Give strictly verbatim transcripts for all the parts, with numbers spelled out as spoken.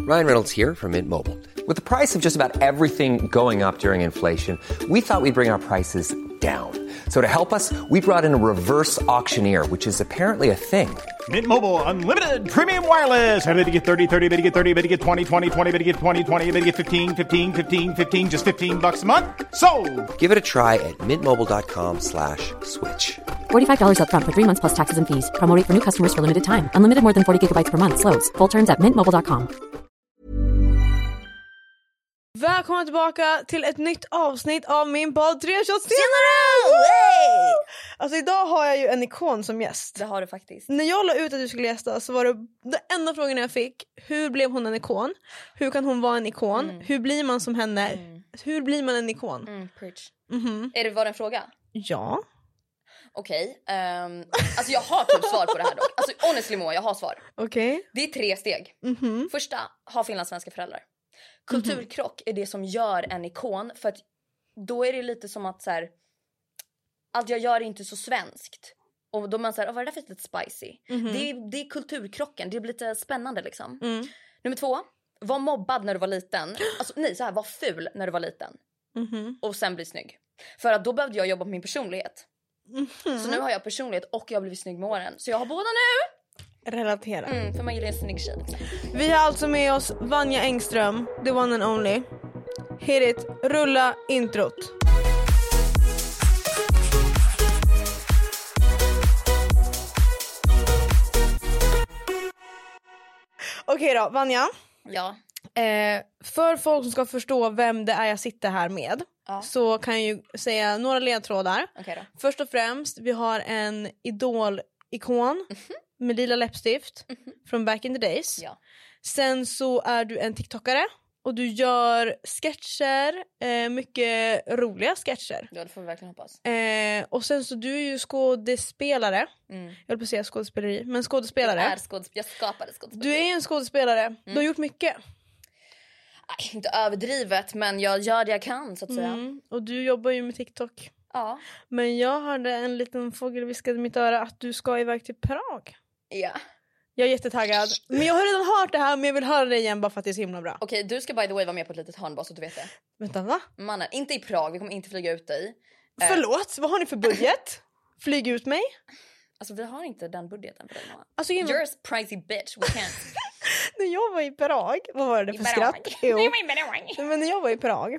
Ryan Reynolds here from Mint Mobile. With the price of just about everything going up during inflation, we thought we'd bring our prices down. So to help us, we brought in a reverse auctioneer, which is apparently a thing. Mint Mobile Unlimited Premium Wireless. How to get thirty, thirty, how to get thirty, how to get twenty, twenty, twenty, how to get twenty, twenty, how to get fifteen, fifteen, fifteen, fifteen, just fifteen bucks a month? Sold! Give it a try at mintmobile.com slash switch. forty-five dollars up front for three months plus taxes and fees. Promo rate for new customers for limited time. Unlimited more than forty gigabytes per month. Slows full terms at mint mobile dot com. Välkomna tillbaka till ett nytt avsnitt av min podd tre shots senare! Hey! Alltså idag har jag ju en ikon som gäst. Det har du faktiskt. När jag la ut att du skulle gästa så var det den enda frågan jag fick: hur blev hon en ikon? Hur kan hon vara en ikon? Mm. Hur blir man som henne? Mm. Hur blir man en ikon? Mm, preach. Mm-hmm. Är det var det en fråga? Ja. Okej, okay, um, alltså jag har typ svar på det här dock. Alltså honestly Moa, jag har svar. Okej. Okay. Det är tre steg. Mm-hmm. Första, ha finlandssvenska föräldrar. Kulturkrock är det som gör en ikon. För att då är det lite som att så här, allt jag gör är inte så svenskt. Och då man säger, vad är det för lite spicy? Mm-hmm. Det, är, det är kulturkrocken, det blir lite spännande liksom. Mm. Nummer två, var mobbad när du var liten. Alltså nej, så här, var ful när du var liten. Mm-hmm. Och sen bli snygg. För att då behövde jag jobba på min personlighet. Mm-hmm. Så nu har jag personlighet och jag har blivit snygg med åren. Så jag har båda nu. Relatera. Mm, för man gillar en snygg tjej. Vi har alltså med oss Vanja Engström, the one and only. Hit it, rulla introt. Okej då, Vanja. Ja. Eh, för folk som ska förstå vem det är jag sitter här med, ja. Så kan jag ju säga några ledtrådar. Okay då. Först och främst, vi har en idol-ikon mm-hmm. med lila läppstift mm-hmm. från back in the days. Ja. Sen så är du en TikTokare och du gör sketcher, eh, mycket roliga sketcher. Ja, det får vi verkligen hoppas. Eh, och sen så du är ju skådespelare. Mm. Jag vill på att säga skådespeleri, men skådespelare. Jag är skådesp- jag skapade skådespelare. Du är en skådespelare. Mm. Du har gjort mycket. Nej, inte överdrivet, men jag gör det jag kan så att säga. Mm. Och du jobbar ju med TikTok. Ja. Men jag hörde en liten fågel viskade i mitt öra att du ska iväg till Prag. Ja. Jag är jättetaggad. Men jag har redan hört det här, men jag vill höra det igen bara för att det är så himla bra. Okej, du ska by the way vara med på ett litet hörn bara så att du vet det. Vänta, va? Mannen, inte i Prag, vi kommer inte flyga ut dig. Förlåt, uh, vad har ni för budget? Flyg ut mig? Alltså vi har inte den budgeten för dig. Alltså, jag... You're a pricey bitch, we can't. När jag var i Prag, vad var det för skratt? Jo. Men när jag var i Prag.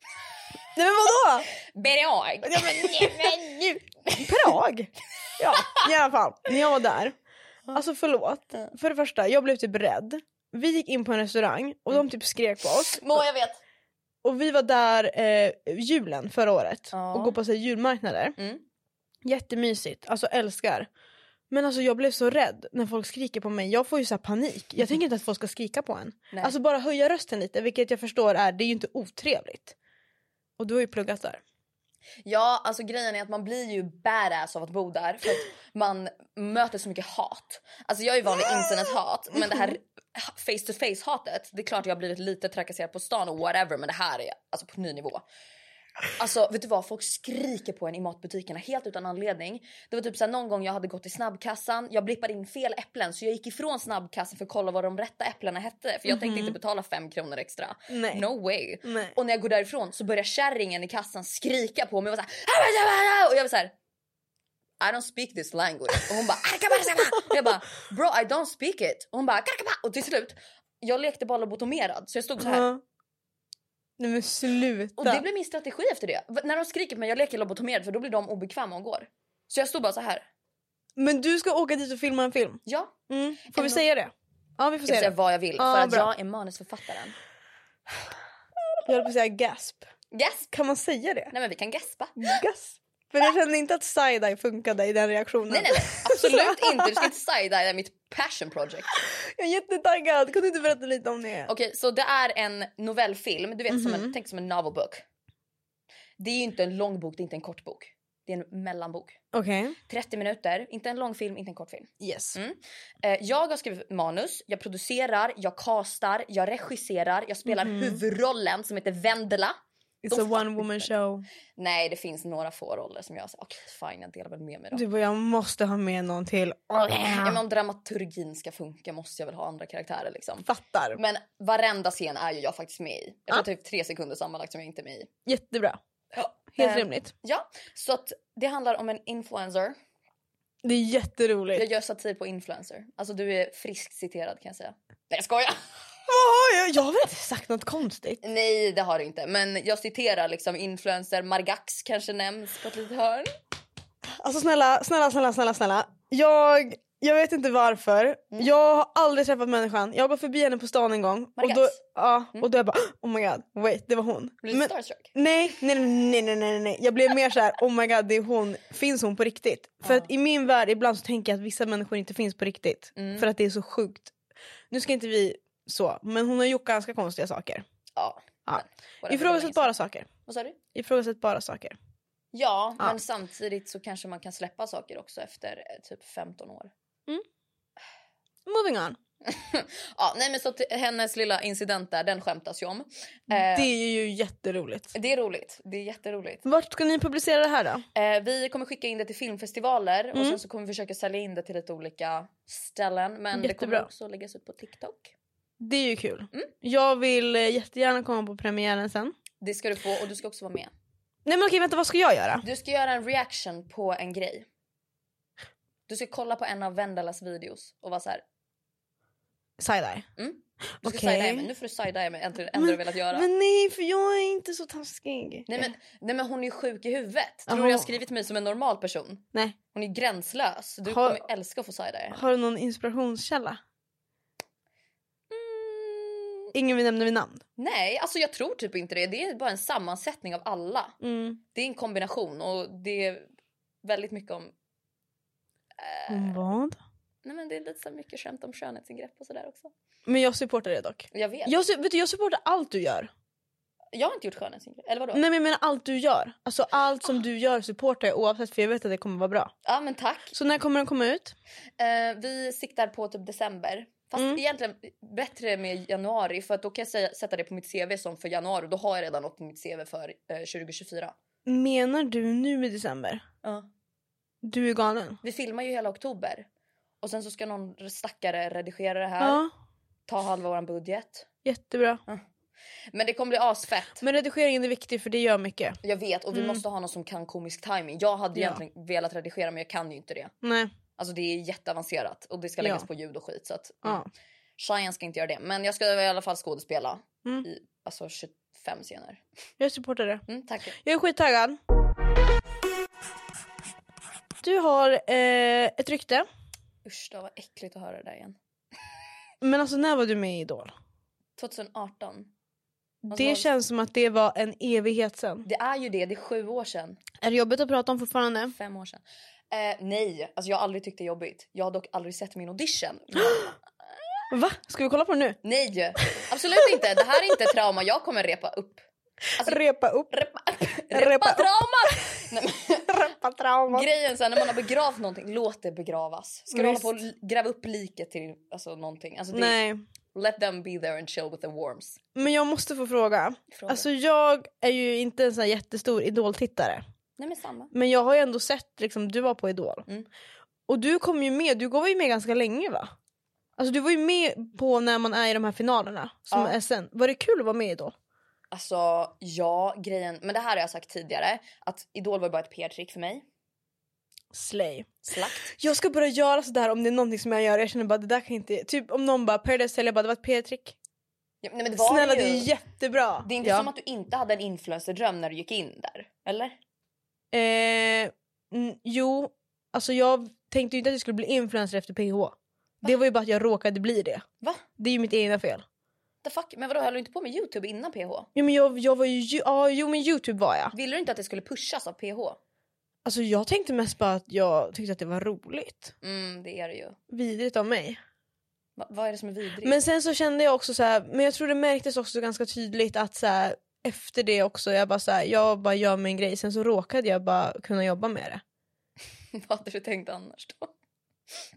Nej men vadå? Prag. Ja, men, Prag? Ja, i alla fall. När jag var där. Alltså förlåt. För det första, jag blev typ rädd. Vi gick in på en restaurang och de typ skrek på oss. Må jag vet. Och vi var där eh, julen förra året. Ja. Och gå på sig julmarknader. Mm. Jättemysigt. Alltså älskar. Men alltså jag blev så rädd när folk skriker på mig. Jag får ju så här panik. Jag tänker inte att folk ska skrika på en. Nej. Alltså bara höja rösten lite. Vilket jag förstår är, det är ju inte otrevligt. Och du har ju pluggat där. Ja, alltså grejen är att man blir ju badass av att bo där. För att man möter så mycket hat. Alltså jag är ju vanlig internethat. Men det här face to face hatet, det är klart jag har blivit lite trakasserad på stan och whatever. Men det här är alltså på ny nivå. Alltså vet du vad, folk skriker på en i matbutikerna helt utan anledning. Det var typ så här, någon gång jag hade gått i snabbkassan, jag blippade in fel äpplen, så jag gick ifrån snabbkassan för att kolla vad de rätta äpplena hette. För jag tänkte mm-hmm. inte betala fem kronor extra. Nej. No way. Nej. Och när jag går därifrån så börjar kärringen i kassan skrika på mig och var så här, och jag var så här, I don't speak this language. Och hon bara, och jag bara, bro I don't speak it. Och hon bara, och till slut jag lekte bara lobotomerad, så jag stod så här. Uh-huh. Nej men sluta. Och det blir min strategi efter det. När de skriker på mig, jag leker lobotomerad, för då blir de obekväma och går. Så jag stod bara så här. Men du ska åka dit och filma en film? Ja. Mm. Får vi säga det? Ja, vi får säga jag det. vad jag vill. Ja, för att bra. jag är manusförfattaren. Jag höll på att säga gasp. Gasp? Kan man säga det? Nej men vi kan gaspa. Gasp. För jag kände inte att side-eye funkade i den reaktionen. Nej nej nej, absolut inte. Du ska inte side-eye, det är mitt passion project. Jag är jättetaggad, kan du inte berätta lite om det? Okej, okay, så det är en novellfilm. Du vet, mm-hmm. som en, tänk som en novelbook. Det är ju inte en lång bok, det är inte en kort bok. Det är en mellanbok. Okej. Okay. trettio minuter, inte en lång film, inte en kort film. Yes. Mm. Eh, jag har skrivit manus, jag producerar, jag castar, jag regisserar, jag spelar mm-hmm. huvudrollen som heter Vendela. It's a one woman show. Nej, det finns några få roller som jag säger, okej okay, fine, jag delar väl med mig då. Du bara, jag måste ha med någon till. Ja, men om dramaturgin ska funka måste jag väl ha andra karaktärer liksom. Fattar. Men varenda scen är ju jag faktiskt med i. Jag tror ja. typ tre sekunder sammanlagt som jag inte är med i. Jättebra. Ja. Helt eh, rimligt. Ja, så att det handlar om en influencer. Det är jätteroligt. Jag gör satir på influencer. Alltså du är friskt citerad kan jag säga. Nej, jag skojar. Oh, jag, jag har väl inte sagt något konstigt. Nej, det har du inte. Men jag citerar liksom influencer. Margax kanske nämns på ett litet hörn. Alltså snälla, snälla, snälla, snälla, snälla. Jag, jag vet inte varför. Mm. Jag har aldrig träffat människan. Jag har gått förbi henne på stan en gång. Margax? Och då, ja, mm. och då jag bara, oh my god, wait, det var hon. Blev du starstruck? Nej, nej, nej, nej, nej, nej. Jag blev mer så här, oh my god, det är hon. Finns hon på riktigt? Ja. För att i min värld ibland så tänker jag att vissa människor inte finns på riktigt. Mm. För att det är så sjukt. Nu ska inte vi så, men hon har gjort ganska konstiga saker. Ja. ja. Ifrågasätt bara saker. Vad sa du? Ifrågasätt bara saker. Ja, ja, men samtidigt så kanske man kan släppa saker också efter eh, typ femton år. Mm. Moving on. Ja, nej men så t- hennes lilla incident där, den skämtas ju om. Eh, det är ju jätteroligt. Det är roligt, det är jätteroligt. Vart ska ni publicera det här då? Eh, vi kommer skicka in det till filmfestivaler mm. och sen så kommer vi försöka sälja in det till lite olika ställen. Men Jättebra. Det kommer också läggas ut på TikTok. Det är ju kul. Mm. Jag vill jättegärna komma på premiären sen. Det ska du få och du ska också vara med. Nej men okej, vänta, vad ska jag göra? Du ska göra en reaction på en grej. Du ska kolla på en av Vendelas videos och vara så här. Side-eye? Mm. Du ska okay. side-eye mig. Nu får du side-eye mig ändå men, du velat göra. Men nej, för jag är inte så taskig. Nej men, nej men hon är sjuk i huvudet. Tror du jag har skrivit mig som en normal person? Nej. Hon är gränslös. Du har, kommer älska att få side-eye. Har du någon inspirationskälla? Ingen vill nämna vid namn. Nej, alltså jag tror typ inte det. Det är bara en sammansättning av alla. Mm. Det är en kombination och det är väldigt mycket om... Eh, om vad? Nej men det är lite så mycket skämt om skönhetsingrepp och sådär också. Men jag supportar det dock. Jag vet. Jag, vet du, jag supportar allt du gör. Jag har inte gjort skönhetsingrepp, eller vadå? Nej men jag menar allt du gör. Alltså allt som du gör supportar jag oavsett, för jag vet att det kommer vara bra. Ja men tack. Så när kommer den komma ut? Eh, vi siktar på typ december. Fast mm. egentligen bättre med januari. För att då kan jag säga, sätta det på mitt C V som för januari. Då har jag redan något på mitt C V för eh, tjugo tjugofyra. Menar du nu i december? Ja. Du är galen. Vi filmar ju hela oktober. Och sen så ska någon stackare redigera det här. Ja. Ta halva våran budget. Jättebra. Ja. Men det kommer bli asfett. Men redigeringen är viktig för det gör mycket. Jag vet, och vi mm. måste ha någon som kan komisk timing. Jag hade ja. egentligen velat redigera men jag kan ju inte det. Nej. Alltså det är jätteavancerat och det ska läggas ja. på ljud och skit. Så att ja. mm. Cheyenne ska inte göra det. Men jag ska i alla fall skådespela mm. i alltså tjugofem scener. Jag supportar det. Mm, tack. Jag är skittaggad. Du har eh, ett rykte. Usch, det var äckligt att höra det där igen. Men alltså när var du med i Idol? tjugo arton. Det var... känns som att det var en evighet sedan. Det är ju det, det är sju år sedan. Är det jobbigt att prata om fortfarande? Fem år sedan. Eh, nej, alltså jag har aldrig tyckt det är jobbigt. Jag har dock aldrig sett min audition. Va? Ska vi kolla på det nu? Nej, absolut inte. Det här är inte trauma jag kommer repa upp. Alltså, repa upp? Repa, repa, repa trauma! Nej, men, repa trauma. Grejen så här, när man har begravt någonting, låt det begravas. Ska du hålla på och gräva upp liket till alltså, någonting? Alltså, det, nej. Let them be there and chill with the worms. Men jag måste få fråga. fråga. Alltså jag är ju inte en sån här jättestor idoltittare. Nej men samma. Men jag har ju ändå sett, liksom, du var på Idol. Mm. Och du kom ju med, du var ju med ganska länge va? Alltså du var ju med på när man är i de här finalerna som ja. S N. Var det kul att vara med i Idol? Alltså ja, grejen, men det här har jag sagt tidigare. Att Idol var bara ett P R-trick för mig. Slay. Slakt. Jag ska börja göra sådär om det är någonting som jag gör. Jag känner bara, det där kan inte... Typ om någon bara, Paradise Hotel, jag bara, det var ett P R-trick. Ja, nej, men det var snälla, det, det är jättebra. Det är inte ja. som att du inte hade en influencerdröm när du gick in där, eller? Eh, n- jo, alltså jag tänkte ju inte att jag skulle bli influencer efter P H. Va? Det var ju bara att jag råkade bli det. Va? Det är ju mitt egna fel. The fuck? Men vadå, höll du inte på med YouTube innan P H? Jo men jag, jag var ju, ja jo men YouTube var jag. Ville du inte att det skulle pushas av P H? Alltså jag tänkte mest bara att jag tyckte att det var roligt. Mm, det är det ju. Vidrigt av mig. Va, vad är det som är vidrigt? Men sen så kände jag också så här, men jag tror det märktes också ganska tydligt att så här, efter det också, jag bara så här, jag bara gör min grej. Sen så råkade jag bara kunna jobba med det. Vad hade du tänkt annars då?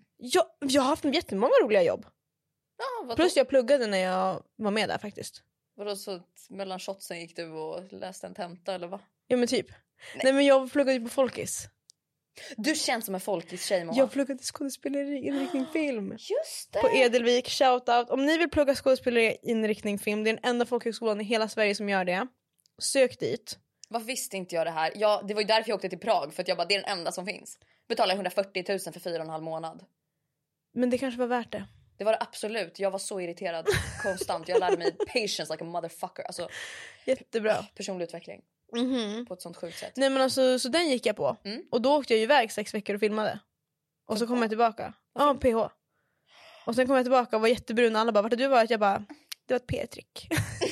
Jag, jag har haft jättemånga roliga jobb. Ja, vad plus jag pluggade när jag var med där faktiskt. Vadå, så mellan shotsen gick du och läste en tenta eller vad? Ja men typ. Nej, Nej men jag pluggade ju på Folkis. Du känns som en folkis tjej, Moa. Jag pluggade skådespeleri, inriktning film. Just det. På Edelvik, shoutout. Om ni vill plugga skådespeleri, inriktning film, det är den enda folkhögskolan i hela Sverige som gör det. Sök dit. Varför visste inte jag det här? Jag, det var ju därför jag åkte till Prag. För att jag bara, det är den enda som finns. Betalar hundrafyrtio tusen för fyra och en halv månad. Men det kanske var värt det. Det var det absolut. Jag var så irriterad konstant. Jag lärde mig patience like a motherfucker. Alltså, jättebra. Personlig utveckling. Mm-hmm. På ett sånt sjukt sätt. Nej men alltså, så den gick jag på. Mm. Och då åkte jag ju iväg sex veckor och filmade. Och så kom jag tillbaka. Ja, P H. Och sen kom jag tillbaka och var jättebrun. Alla bara, vart har du varit? Jag bara, det var ett P R-trick.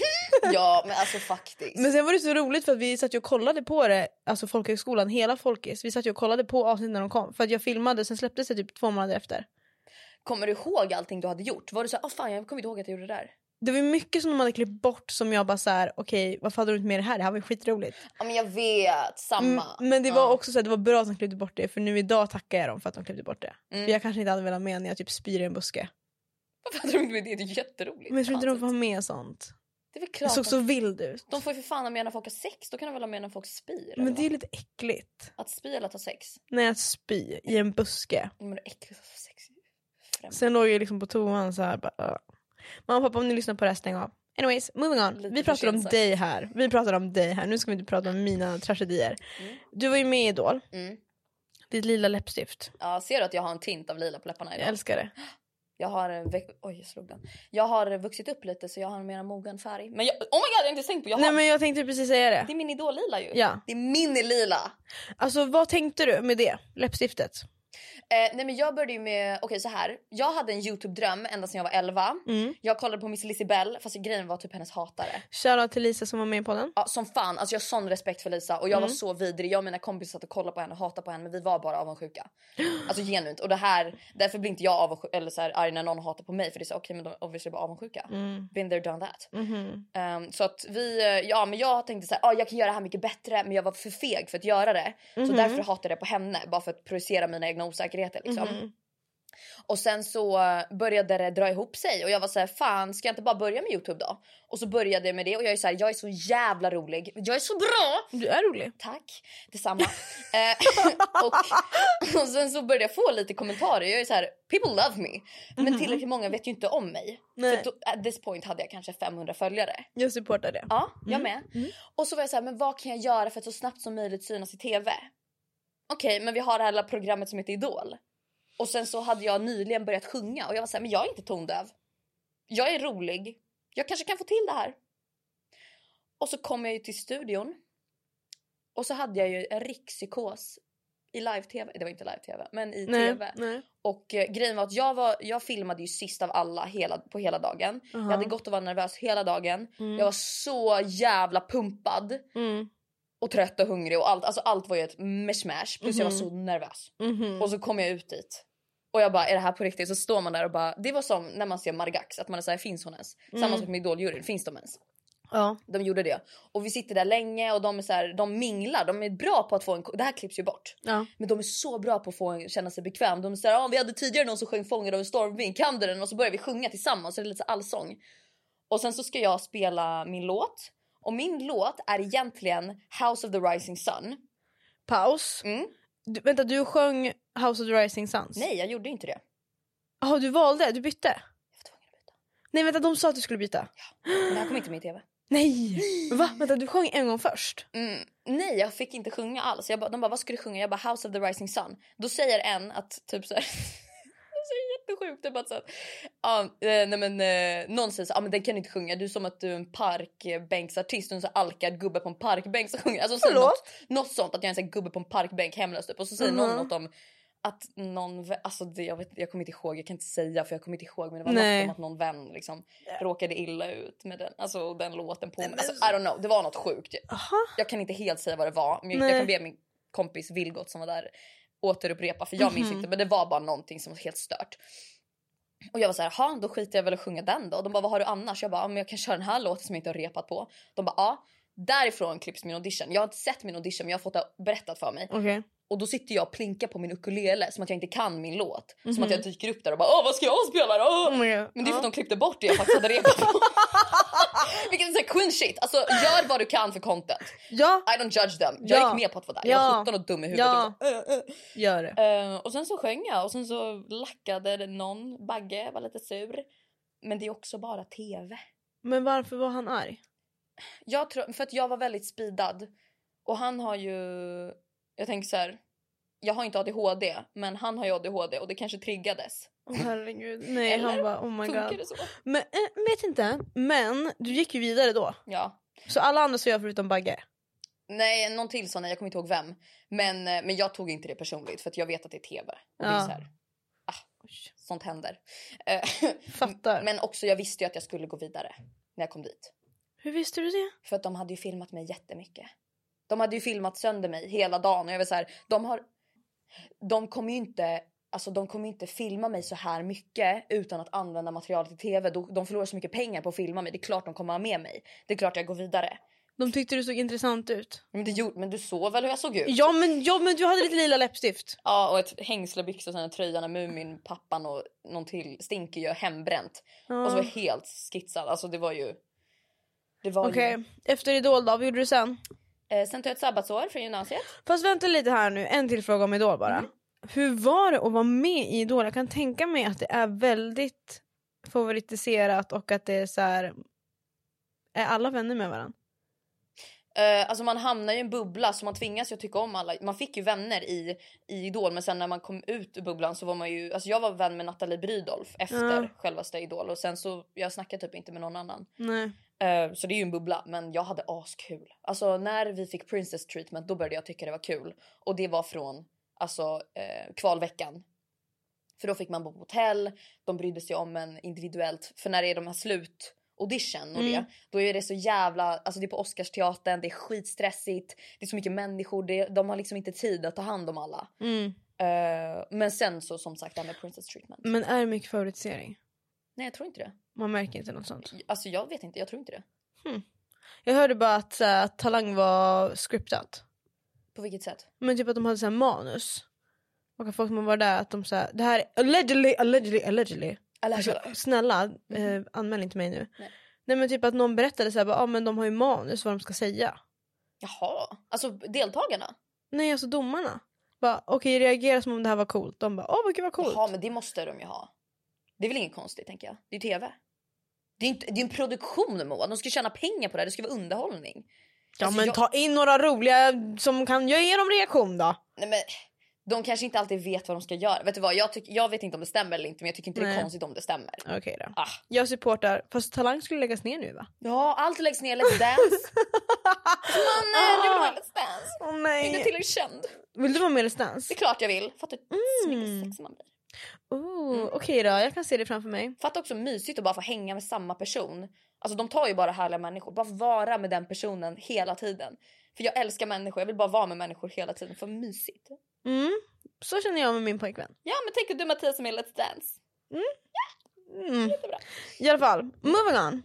Ja, men alltså faktiskt. Men sen var det så roligt för att vi satt ju och kollade på det. Alltså folkhögskolan, hela folkis. Vi satt ju och kollade på avsnitt när de kom. För att jag filmade, sen släpptes det typ två månader efter. Kommer du ihåg allting du hade gjort? Var du så här, åh fan jag kommer inte ihåg att jag gjorde det där. Det var mycket som de hade klippt bort som jag bara så här, okej, okay, varför hade du inte med det här? Det här var ju skitroligt. Ja men jag vet, samma. Mm, men det var ja. också så att det var bra att de klippte bort det. För nu idag tackar jag dem för att de klippte bort det. Mm. För jag kanske inte hade velat med när jag typ spyr i en buske. Varför hade de inte med det? Det är jätteroligt. Men jag tror inte de får ha med sånt. Det är väl klart. Det såg så vild ut. De får ju för fan ha med när folk har sex. Då kan de väl ha med när folk spyr. Men det är lite äckligt. Att spy eller att ha sex? Nej, att spy i en buske. Men det är äckligt att ha sex. Främst. Sen låg jag liksom på toan så här bara, uh. Mamma och pappa, om ni lyssnar på det här, stäng av. Anyways, moving on. Lite vi pratar om dig här. Vi pratar om dig här. Nu ska vi inte prata om mina tragedier. Mm. Du var ju med i Idol. Mm. Ditt lila läppstift. Ja, ser du att jag har en tint av lila på läpparna idag? Jag älskar det. Jag har väx- Oj, jag slog den. Jag har vuxit upp lite så jag har en mer mogen färg. Men jag... oh my god, jag har inte tänkt på. Jag har... Nej, men jag tänkte precis säga det. Det är min idol-lila ju. Ja. Det är min lila. Alltså, vad tänkte du med det läppstiftet? Eh, nej men jag började ju med, okej okay, så här. Jag hade en YouTube-dröm ända sedan jag var elva. Mm. Jag kollade på Miss Lisibell, fast grejen var typ hennes hatare. Shoutout till Lisa som var med på den. Ja, som fan, alltså jag har sån respekt för Lisa. Och jag mm. var så vidrig, jag och mina kompisar satt och kollade på henne och hatade på henne. Men vi var bara avundsjuka. Alltså genuint, och det här, därför blir inte jag avundsjuka eller så här, arg när någon hatar på mig. För det är så, okej okay, men de obviously bara avundsjuka. mm. Been there, done that. mm-hmm. um, Så att vi, ja men jag tänkte så här, ah, jag kan göra det här mycket bättre. Men jag var för feg för att göra det. mm-hmm. Så därför hatade jag på henne, bara för att projicera mina egna osäkerheter liksom. Mm. Och sen så började det dra ihop sig. Och jag var så här, fan ska jag inte bara börja med YouTube då? Och så började jag med det. Och jag är så här, jag är så jävla rolig. Jag är så bra. Du är rolig. Tack, detsamma. och, och sen så började jag få lite kommentarer. Jag är så här, people love me. Men mm-hmm. tillräckligt många vet ju inte om mig. Nej. För då, at this point hade jag kanske femhundra följare. Jag supportar det. Ja, jag med. Mm. Och så var jag så här, men vad kan jag göra för att så snabbt som möjligt synas i tv? Okej, okay, men vi har det här programmet som heter Idol. Och sen så hade jag nyligen börjat sjunga. Och jag var så här, men jag är inte tondöv. Jag är rolig. Jag kanske kan få till det här. Och så kom jag ju till studion. Och så hade jag ju en rikspsykos i live-tv. Det var inte live-tv, men i nej, tv. Nej. Och eh, grejen var att jag, var, jag filmade ju sist av alla hela, på hela dagen. Uh-huh. Jag hade gått och var nervös hela dagen. Mm. Jag var så jävla pumpad. Mm. Och trött och hungrig och allt. Alltså allt var ju ett mishmash. Plus mm-hmm. jag var så nervös. Mm-hmm. Och så kom jag ut dit. Och jag bara, är det här på riktigt? Så står man där och bara, det var som när man ser Margax. Att man är såhär, finns hon ens? Mm. Samma sak med Idol-juryn, finns de ens? Ja. De gjorde det. Och vi sitter där länge och de är så här, de minglar. De är bra på att få en, det här klipps ju bort. Ja. Men de är så bra på att få en, känna sig bekväm. De är så här, ja, vi hade tidigare någon som sjöng Fångad av en stormvind. Kan du den? Och så börjar vi sjunga tillsammans. Så det är lite så allsång. Och sen så ska jag spela min låt. Och min låt är egentligen House of the Rising Sun. Paus. Mm. Du, vänta, du sjöng House of the Rising Suns? Nej, jag gjorde inte det. Jaha, du valde? Du bytte? Jag var tvungen att byta. Nej, vänta, de sa att du skulle byta. Ja, men det här kom inte med i tv. Nej! Va? Vänta, du sjöng en gång först? Mm, nej, jag fick inte sjunga alls. Jag ba, de bara, vad ska du sjunga? Jag bara, House of the Rising Sun. Då säger en att typ så här... Det är jättesjukt. Det är bara så att, ah, eh, nej men, eh, någon säger så, ah, men den kan inte sjunga. Du är som att du är en parkbänksartist. Du är en så alkad gubbe på en parkbänk som sjunger. Alltså, så något, något sånt, att jag är en sån gubbe på en parkbänk hemlös typ. Och så säger uh-huh. någon något om att någon, alltså det, jag, vet, jag kommer inte ihåg, jag kan inte säga för jag kommer inte ihåg. Men det var nej. något om att någon vän liksom råkade illa ut med den, alltså, den låten på. Alltså, I don't know, det var något sjukt. Uh-huh. Jag kan inte helt säga vad det var. Men jag, jag kan be min kompis Vilgot som var där återupprepa, för jag minns mm-hmm. inte, men det var bara någonting som var helt stört. Och jag var så här, ja, då skiter jag väl att sjunga den då. Och de bara, vad har du annars? Jag bara, ja, men jag kan köra den här låten som jag inte har repat på. De bara, ja, därifrån klipps min audition. Jag har inte sett min audition, men jag har fått det berättat för mig. Okay. Och då sitter jag och plinkar på min ukulele som att jag inte kan min låt. Mm-hmm. Som att jag dyker upp där och bara, åh, vad ska jag spela då? Oh men det är för att de klippte bort det jag faktiskt hade repat på. Vilket är så clean shit. Alltså gör vad du kan för content. Ja. I don't judge them. Jag Ja. gick med på att vara där. Ja. Jag var sjutton och dum i huvudet. Ja. Jag bara, uh, uh. Gör det. Uh, och sen så sjöng jag och sen så lackade det någon. Bagge var lite sur. Men det är också bara tv. Men varför var han arg? Jag tror, för att jag var väldigt speedad. Och han har ju... Jag tänker så här. Jag har inte A D H D. Men han har ju A D H D. Och det kanske triggades. Åh oh, herregud. Nej, Eller? han bara oh my Funkar god. det så? Men äh, vet inte. Men du gick ju vidare då. Ja. Så alla andra så jag förutom Bagge. Nej, någon till sa nej. Jag kommer inte ihåg vem. Men, men jag tog inte det personligt. För att jag vet att det är tv. Och det är Ja. så här. Ah, sånt händer. Fattar. Men också jag visste ju att jag skulle gå vidare. När jag kom dit. Hur visste du det? För att de hade ju filmat mig jättemycket. De hade ju filmat sönder mig hela dagen. Och jag var så här, de har... De kommer ju inte... Alltså de kommer inte filma mig så här mycket utan att använda materialet i tv. De förlorar så mycket pengar på att filma mig. Det är klart de kommer ha med mig. Det är klart jag går vidare. De tyckte du såg intressant ut. Men, det gjorde, men du såg väl hur jag såg ut? Ja men, ja, men du hade lite lila läppstift. Ja, och ett hängslebyxa och sen en tröja, Mumin, pappan och någon till stinker ju hembränt. Ja. Och så var jag helt skitsad. Alltså det var ju... Det var Okej, ju... efter Idol då, vad gjorde du sen? Eh, sen tog jag ett sabbatsår från gymnasiet. Fast vänta lite här nu, en till fråga om Idol bara. Mm. Hur var det att vara med i Idol? Jag kan tänka mig att det är väldigt favoritiserat och att det är så här... Är alla vänner med varandra? Uh, alltså man hamnar ju i en bubbla så man tvingas ju att tycka om alla. Man fick ju vänner i, i Idol. Men sen när man kom ut ur bubblan så var man ju... Alltså jag var vän med Natalie Brydolf efter ja. självaste Idol. Och sen så, jag snackade typ inte med någon annan. Nej. Uh, så det är ju en bubbla. Men jag hade askul. Alltså när vi fick Princess Treatment då började jag tycka det var kul. Och det var från alltså uh, kvalveckan. För då fick man bo på hotell. De brydde sig om en individuellt. För när det är de här slut... audition och mm. det, då är det så jävla, alltså det är på Oscarsteatern, det är skitstressigt, det är så mycket människor, det, de har liksom inte tid att ta hand om alla. Mm. Uh, men sen så som sagt det här med Princess Treatment. Men är det mycket favoritisering? Nej, jag tror inte det. Man märker inte något sånt. Alltså jag vet inte, jag tror inte det. Hmm. Jag hörde bara att uh, Talang var scriptat. På vilket sätt? Men typ att de hade så här manus. Och att folk som var där att de sa det här är allegedly, allegedly, allegedly. Alltså, snälla, mm. eh, anmäl inte mig nu. Nej. Nej men typ att någon berättade så här, ja ah, men de har ju manus vad de ska säga. Jaha, alltså deltagarna? Nej, alltså domarna. Bara, okej, okay, reagera som om det här var coolt. De bara, åh oh, vad coolt. Jaha, men det måste de ju ha. Det är väl inget konstigt, tänker jag. Det är tv. Det är, inte, det är en produktion, Moa. De ska tjäna pengar på det här, det ska vara underhållning. Ja alltså, men jag... ta in några roliga som kan ge dem reaktion då. Nej men... De kanske inte alltid vet vad de ska göra. Vet du vad, jag, tyck, jag vet inte om det stämmer eller inte. Men jag tycker inte Nej. det är konstigt om det stämmer. Okej okay då. Ah. Jag supportar. Fast Talang skulle läggas ner nu va? Ja, allt läggs ner. Let's Dance. Man, nej, jag vill vara Let's Dance. Åh oh, nej. Jag är tillräckligt känd. Vill du vara med Let's Dance? Det är klart jag vill. Fattar du hur mycket sex man blir. Oh, mm. Okej okay då, jag kan se det framför mig. Fattar också mysigt att bara få hänga med samma person. Alltså de tar ju bara härliga människor. Bara vara med den personen hela tiden. För jag älskar människor. Jag vill bara vara med människor hela tiden. För mysigt. Mm. Så känner jag med min pojkvän. Ja, men tänk du Mattias som är Let's Dance. Mm. Ja, mm. jättebra. I alla fall, moving on.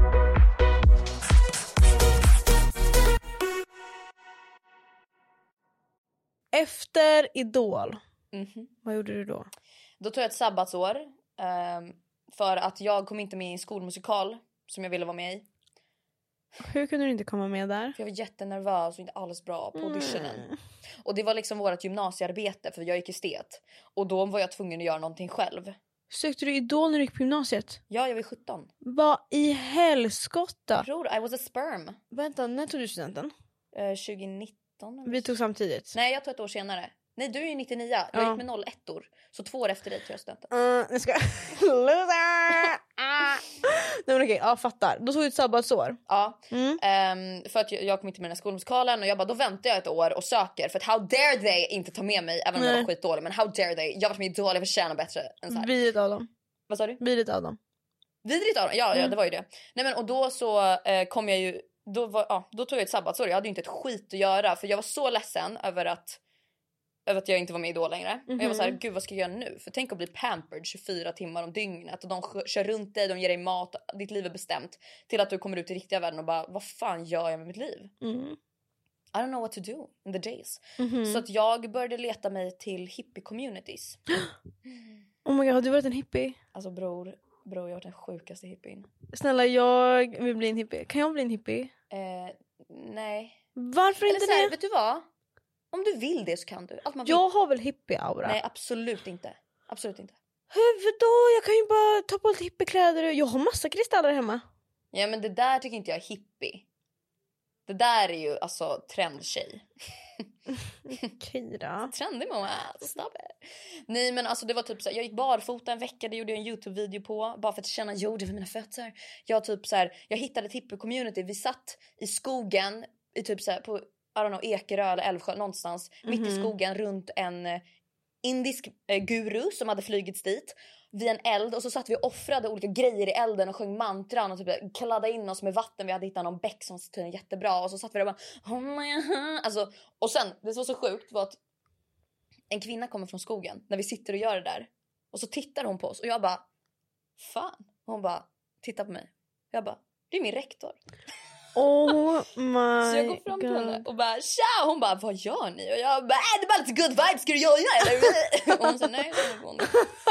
Efter Idol, mm-hmm. vad gjorde du då? Då tog jag ett sabbatsår. Um, för att jag kom inte med i en skolmusikal som jag ville vara med i. Hur kunde du inte komma med där? För jag var jättenervös och inte alls bra på auditionen. Mm. Och det var liksom vårt gymnasiearbete för jag gick estet. Och då var jag tvungen att göra någonting själv. Sökte du Idol när du gick på gymnasiet? Ja, jag var sjutton. Vad i helskotta? Bror, I was a sperm. Vänta, när tog du studenten? Uh, tjugonitton. Vi tog samtidigt. Nej, jag tog ett år senare. Nej, du är ju nittionio. Jag ja. gick med noll ett år. Så två år efter dig tog jag studenten. Uh, jag ska... Loser! Nej men okej, ja fattar. Då tog du ett sabbatsår. Ja, mm. um, för att jag, jag kom inte med den här skolmusikalen. Och jag bara, då väntar jag ett år och söker. För att how dare they inte ta med mig. Även om jag var skitdålig. Men how dare they. Jag har varit med i Idol, jag förtjänar bättre än så här. Vidrigt av dem. Vad sa du? Vidrigt av dem. Vidrigt av dem, ja, mm. ja det var ju det. Nej men och då så eh, kom jag ju. Då, var, ja, då tog jag ett sabbatsår. Jag hade ju inte ett skit att göra. För jag var så ledsen över att över att jag inte var med i Idol längre. Mm-hmm. Och jag var så här, gud vad ska jag göra nu? För tänk att bli pampered tjugofyra timmar om dygnet. Och de kör runt dig, de ger dig mat. Ditt liv är bestämt. Till att du kommer ut i riktiga världen och bara, vad fan gör jag med mitt liv? Mm. I don't know what to do in the days. Mm-hmm. Så att jag började leta mig till hippie communities. Oh my god, har du varit en hippie? Alltså bror, bro, jag har varit den sjukaste hippien. Snälla, jag vill bli en hippie. Kan jag bli en hippie? Eh, nej. Varför Eller inte så här, det? vet du vad? Om du vill det så kan du. Allt man vill. Jag har väl hippie-aura? Nej, absolut inte. Absolut inte. Huvudå, jag kan ju bara ta på lite hippiekläder. Jag har massa kristaller hemma. Ja, men det där tycker inte jag är hippie. Det där är ju alltså trendtjej. Okej då. Trendig mamma, stop it. Nej, men alltså det var typ så här, jag gick barfota en vecka, det gjorde jag en YouTube-video på bara för att känna jord över mina fötter. Jag typ så här, jag hittade ett hippie-community. Vi satt i skogen i typ så här på, I don't know, Ekerö eller Älvsjö någonstans, mm-hmm. mitt i skogen runt en eh, indisk eh, guru som hade flygits dit vid en eld, och så satt vi och offrade olika grejer i elden och sjöng mantran och typ kladdade in oss med vatten. Vi hade hittat någon bäck som var jättebra, och så satt vi där och bara oh my, alltså, och sen, det som var så sjukt var att en kvinna kommer från skogen när vi sitter och gör det där, och så tittar hon på oss och jag bara fan, och hon bara tittar på mig, jag bara det är min rektor. Oh my Så jag går fram till God. henne och bara tja, hon bara vad gör ni? Och jag bara äh, det är bara lite good vibes, ska du göra eller? Och hon sa nej, så hon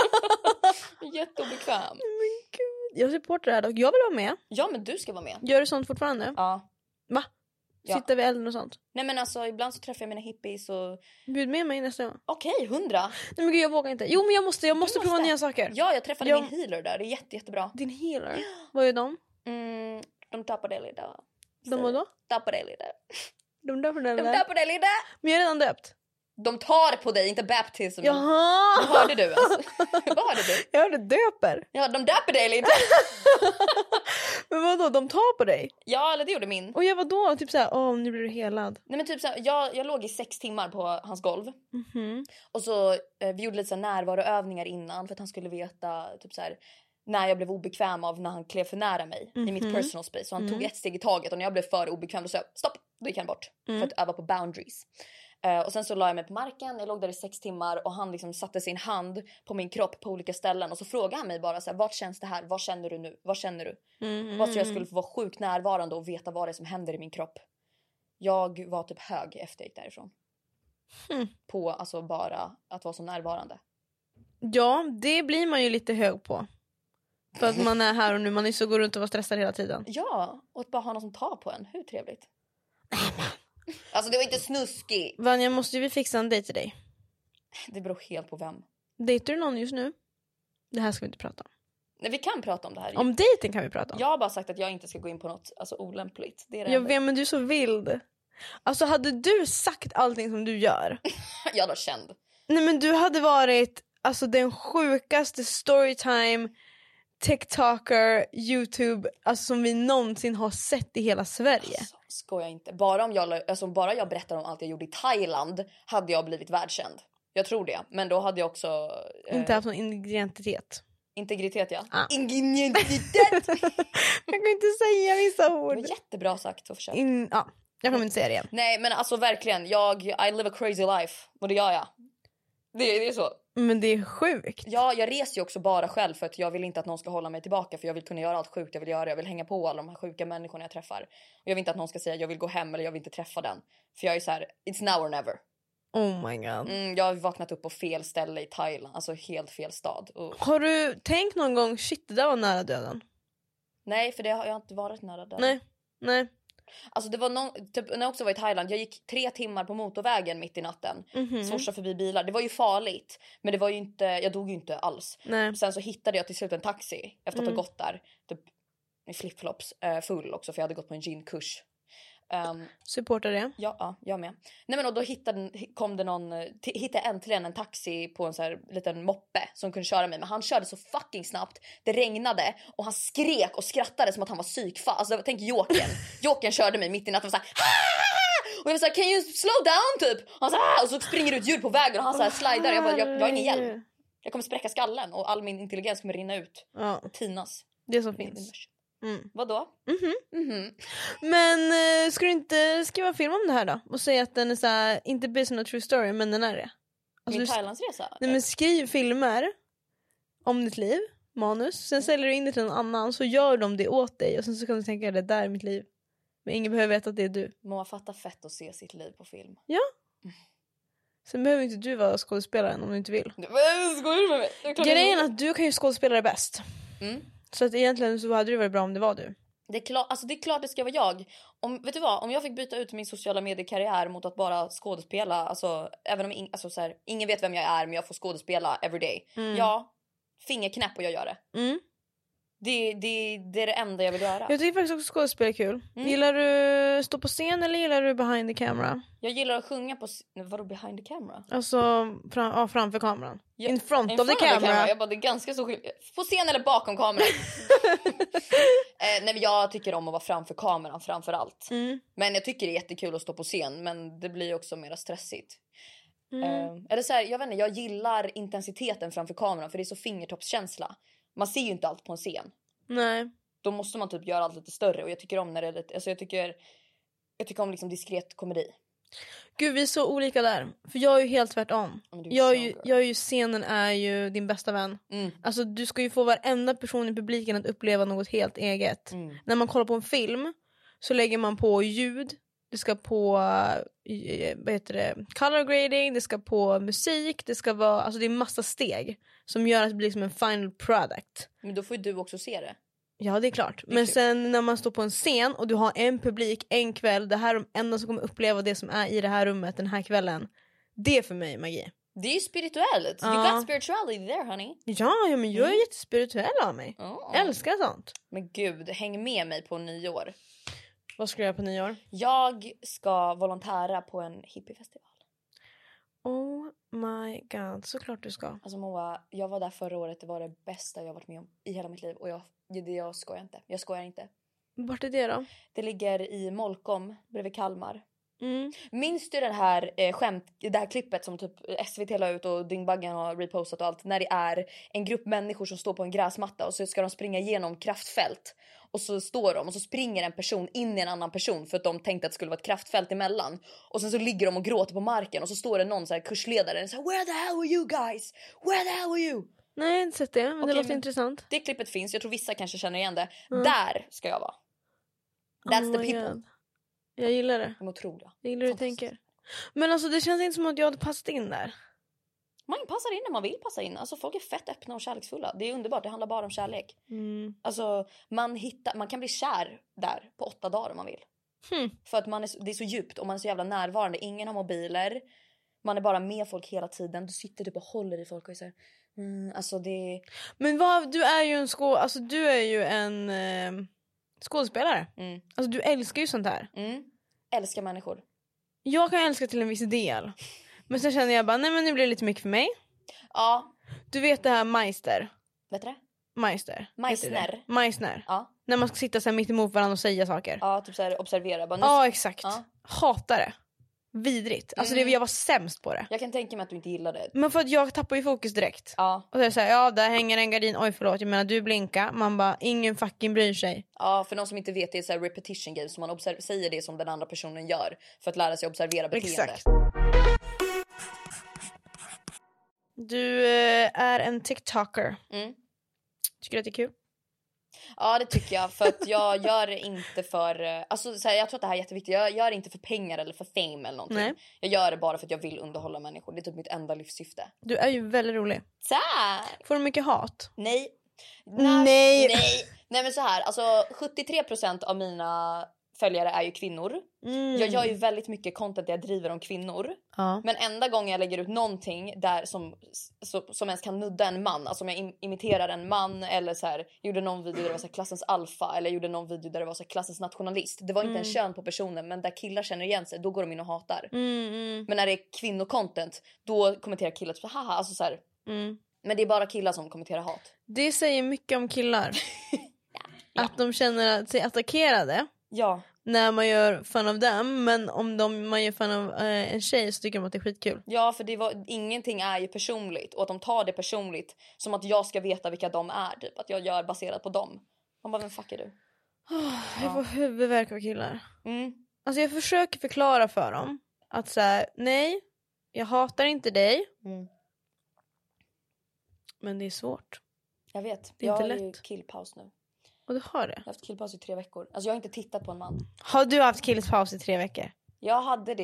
jätteobekväm. Men gud, jag supportar det här dock. Jag vill vara med. Ja, men du ska vara med. Gör du sånt fortfarande? Ja. Va? Ja. Sitta vid elden och sånt? Nej, men alltså ibland så träffar jag mina hippies och Bjud med mig nästa gång. okej, hundra. Nej men gud, jag vågar inte. Jo men jag måste, jag måste, måste. prova nya saker. Ja, jag träffade Jag- min healer där. Det är jätte, jättebra. Din healer, vad är de? Mm, de tappar det lite. De vad då? Tappar det lite. De döper den De där. tappar det lite. Men jag är redan döpt. De tar på dig, inte baptism. Jaha! Vad hörde du alltså? Vad hörde du? Jag hörde döper. Ja, de döper dig lite. Men vadå, de tar på dig? Ja, eller det gjorde min. Och jag var då typ såhär, åh nu blir du helad. Nej, men typ så här, jag, jag låg i sex timmar på hans golv. Mhm. Och så eh, vi gjorde lite så här närvaroövningar innan för att han skulle veta typ så här, när jag blev obekväm av när han klev för nära mig i mitt personal space. Så han tog ett steg i taget, och när jag blev för obekväm då sa jag stopp, då gick han bort för att öva på boundaries. Eh, och sen så la jag mig på marken, jag låg där i sex timmar och han liksom satte sin hand på min kropp på olika ställen, och så frågade han mig bara så här, vart känns det här, vad känner du nu, vad känner du? Mm. Vad tror jag skulle få vara sjukt närvarande och veta vad det är som händer i min kropp. Jag var typ hög efter jag gick därifrån. Mm. På alltså bara att vara så närvarande. Ja, det blir man ju lite hög på. För att man är här och nu, man är så går runt och var stressad hela tiden. Ja, och att bara ha någon som tar på en. Hur trevligt? Alltså det var inte snuskigt. Vanja, måste ju vi fixa en dejt till dig? Det beror helt på vem. Dejtar du någon just nu? Det här ska vi inte prata om. Nej, vi kan prata om det här. Om dejten kan vi prata om. Jag har bara sagt att jag inte ska gå in på något alltså, olämpligt. Det är det Jag enda. vet, men du är så vild. Alltså hade du sagt allting som du gör. Jag var känd. Nej men du hade varit alltså den sjukaste storytime TikToker, YouTube, alltså som vi någonsin har sett i hela Sverige. Alltså, skojar inte. Bara om jag, alltså, bara jag berättar om allt jag gjorde i Thailand hade jag blivit världskänd. Jag tror det. Men då hade jag också... Eh, Inte haft någon identitet. Integritet, ja. Ah. Integritet! Jag kan inte säga vissa Det ord. var jättebra sagt och försökt. In, ja, jag kommer inte säga det igen. Nej, men alltså verkligen. Jag, I live a crazy life. Och det gör jag. Det, det är så. Men det är sjukt. Ja, jag reser ju också bara själv för att jag vill inte att någon ska hålla mig tillbaka. För jag vill kunna göra allt sjukt jag vill göra. Jag vill hänga på alla de här sjuka människorna jag träffar. Och jag vill inte att någon ska säga jag vill gå hem eller jag vill inte träffa den. För jag är så här, it's now or never. Oh my god. Mm, jag har vaknat upp på fel ställe i Thailand. Alltså helt fel stad. Och, Har du tänkt någon gång, shit det där var nära döden? nej, för det har jag inte varit nära där. Nej, nej. Alltså det var någon, typ, när jag också var i Thailand, jag gick tre timmar på motorvägen mitt i natten. Mhm. Svorsa förbi bilar. Det var ju farligt. Men det var ju inte, jag dog ju inte alls. Nej. Sen så hittade jag till slut en taxi efter att Mm. ha gått där. Typ i flipflops, eh, full också för jag hade gått på en gin-kurs. Um, Supportar det. ja, ja, jag med. Nej men och då hittade, kom det någon, t- hittade jag äntligen en taxi på en så här liten moppe som kunde köra mig. Men han körde så fucking snabbt. Det regnade och han skrek och skrattade som att han var psykfall. Alltså tänk Jokern. Jokern körde mig mitt i natten och var så här, "Ah!" och jag var så här, can you slow down typ? Och han så här, och så springer det ut ljud på vägen och han så här slidar. Jag bara, jag, jag har ingen hjälm. Jag kommer spräcka skallen och all min intelligens kommer rinna ut Ja, och tinas. det som finns. Mm. Vadå? Mhm. Mhm. Men eh, ska du inte skriva film om det här då? Och säga att den är så här, inte based on a true story, men den är det. Alltså, Min du, Thailandsresa? nej men skriv filmer om ditt liv, manus. Sen säljer du in det till någon annan, så gör de det åt dig. Och sen så kan du tänka, det där är mitt liv. Men ingen behöver veta att det är du. Man fattar fett att se sitt liv på film. Sen behöver inte du vara skådespelaren om du inte vill. Vad skojar du med mig? Det är klart jag- Grejen är att du kan ju skådespela det bäst. Mm. Så att egentligen så hade det varit bra om det var du. Det är, klart, alltså det är klart det ska vara jag. Om, vet du vad? Om jag fick byta ut min sociala mediekarriär mot att bara skådespela. Alltså, även om in, alltså, så här, ingen vet vem jag är men jag får skådespela everyday. Mm. Ja, fingerknäpp och jag gör det. Mm. Det, det, det är det enda jag vill göra. Jag tycker faktiskt också skådespel är kul. Mm. Gillar du stå på scen eller gillar du behind the camera? Jag gillar att sjunga på... Vadå behind the camera? Alltså fram, ja, framför kameran. Ja, In front in of the front camera. Jag bara, det är ganska så skill- på scen eller bakom kameran. eh, nej men jag tycker om att vara framför kameran framför allt. Mm. Men jag tycker det är jättekul att stå på scen. Men det blir också mer stressigt. Mm. Eh, eller så här, jag vet inte, jag gillar intensiteten framför kameran. För det är så fingertoppskänsla. Man ser ju inte allt på en scen. Nej. Då måste man typ göra allt lite större. Och jag tycker om när det är lite... Alltså jag tycker... Jag tycker om liksom diskret komedi. Gud, vi är så olika där. För jag är ju helt tvärtom. Men du är Jag är så ju, girl. jag är ju, scenen är ju din bästa vän. Mm. Alltså du ska ju få varenda person i publiken att uppleva något helt eget. Mm. När man kollar på en film så lägger man på ljud. Det ska på eh, vad heter det, color grading, det ska på musik, det ska vara, alltså det är massa steg som gör att det blir liksom en final product. Men då får ju du också se det. Ja, det är klart. Det är Men kul. sen när man står på en scen och du har en publik en kväll, det här är de enda som kommer uppleva det som är i det här rummet den här kvällen. Det är för mig magi. Det är ju spirituellt. Ja. You got spirituality there honey. Ja, ja men jag är jättespirituell av mig. Oh. Jag älskar sånt. Men gud, häng med mig på nyår. Vad ska du göra på nyår? Jag ska volontära på en hippiefestival. Oh my god, såklart du ska. Alltså Moa, jag var där förra året. Det var det bästa jag varit med om i hela mitt liv. Och jag, det, jag skojar inte. Jag skojar inte. Vart är det då? Det ligger i Molkom bredvid Kalmar. Mm. Minns du den här eh, skämt, det här klippet som typ S V T la ut och Dyngbaggen har repostat och allt, när det är en grupp människor som står på en gräsmatta och så ska de springa igenom kraftfält och så står de och så springer en person in i en annan person för att de tänkte att det skulle vara ett kraftfält emellan och sen så ligger de och gråter på marken och så står det någon så här kursledare så här, where the hell were you guys? Where the hell were you? Nej, jag har inte sett det, men det Okej, låter men- intressant. Det klippet finns, jag tror vissa kanske känner igen det. Mm. Där ska jag vara. That's Oh the my people. God. Jag gillar det. De är otroliga. Jag gillar hur du Fantastiskt. tänker. Men alltså det känns inte som att jag hade passat in där. Man passar in när man vill passa in. Alltså folk är fett öppna och kärleksfulla. Det är underbart, det handlar bara om kärlek. Mm. Alltså man hittar, man kan bli kär där på åtta dagar om man vill. Hmm. För att man är, så- det är så djupt och man är så jävla närvarande. Ingen har mobiler. Man är bara med folk hela tiden. Du sitter typ och håller i folk och är så här, mm, alltså det... Men vad, du är ju en skå, alltså du är ju en eh, skådespelare. Mm, Alltså du älskar ju sånt här. mm, älskar människor. Jag kan älska till en viss del. Men sen känner jag bara, nej men nu blir det lite mycket för mig. Ja, Du vet det här Meister. vet du det? Meister. Meissner. Heter det? Meissner. Ja, När man ska sitta så här mitt emot varandra och säga saker. Ja, ja typ så här observera. Bara, nu, exakt. Ja. Hatar det. Vidrigt. Alltså Mm. det, jag var sämst på det. Jag kan tänka mig att du inte gillar det. Men för att jag tappar ju fokus direkt. Ja, Och så är det så här, ja där hänger en gardin, oj förlåt, jag menar du blinkar. Man bara, ingen fucking bryr sig. ja, för någon som inte vet det är så här repetition game. Så man observ- säger det som den andra personen gör. För att lära sig observera beteende. Exakt. Du eh, är en TikToker. Mm. Tycker du att det är kul? Ja, det tycker jag. För att jag gör det inte för... eh, Alltså, så här, jag tror att det här är jätteviktigt. Jag gör det inte för pengar eller för fame eller någonting. Nej. Jag gör det bara för att jag vill underhålla människor. Det är typ mitt enda livssyfte. Du är ju väldigt rolig. Tack! Får du mycket hat? Nej. Nej. Nej. Nej, men så här. Alltså, sjuttiotre procent av mina följare är ju kvinnor. Mm. Jag gör ju väldigt mycket content där jag driver om kvinnor. Ja. Men enda gången jag lägger ut någonting där som, så, som ens kan nudda en man. Alltså om jag im- imiterar en man. Eller så här, gjorde någon video där det var så här, klassens alfa. Eller gjorde någon video där det var så här, klassens nationalist. Det var inte en kön på personen. Men där killar känner igen sig, då går de in och hatar. Mm, mm, Men när det är kvinnocontent, då kommenterar killar typ haha. Alltså så här, mm. men det är bara killar som kommenterar hat. Det säger mycket om killar. Att de känner sig attackerade Ja. när man gör fun av dem. Men om de, man gör fun av eh, en tjej så tycker de att det är skitkul. Ja, för det var, ingenting är ju personligt. Och att de tar det personligt som att jag ska veta vilka de är. Typ att jag gör baserat på dem. Man bara, vem fuck är du? Jag får huvudvärk av killar. Mm. Alltså jag försöker förklara för dem att så här, nej, jag hatar inte dig. Mm. Men det är svårt. Jag vet. Det är jag inte har ju lätt. killpaus nu. Jag Och du har det. har haft killpaus i tre veckor. Alltså jag har inte tittat på en man. Har du haft killspaus i tre veckor? Jag hade det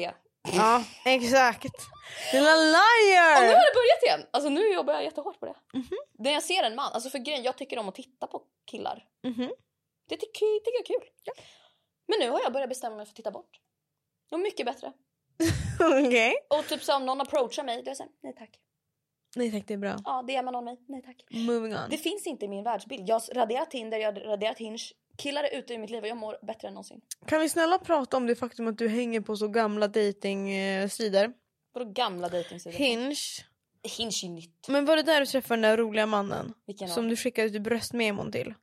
Ja, exakt. Lilla Och nu liar! har det börjat igen. Alltså nu jobbar jag jättehårt på det. Mhm. När jag ser en man, alltså för grejen, jag tycker om att titta på killar. Mhm. Det tycker, tycker jag är kul. Ja. Men nu har jag börjat bestämma mig för att titta bort. Och mycket bättre. Okej. Och typ så om någon approachar mig, då är jag såhär, nej tack. Nej tack, det är bra. Ja, det är man om mig, nej tack. Moving on. Det finns inte i min världsbild. Jag har raderat Tinder, jag har raderat Hinge. Killar är ute i mitt liv och jag mår bättre än någonsin. Kan vi snälla prata om det faktum att du hänger på så gamla dating-sidor? Vadå gamla dejtingsidor? Hinge. Hinge är nytt. Men var det där du träffade den där roliga mannen? Vilken Som av? du skickade ut bröstmemon till?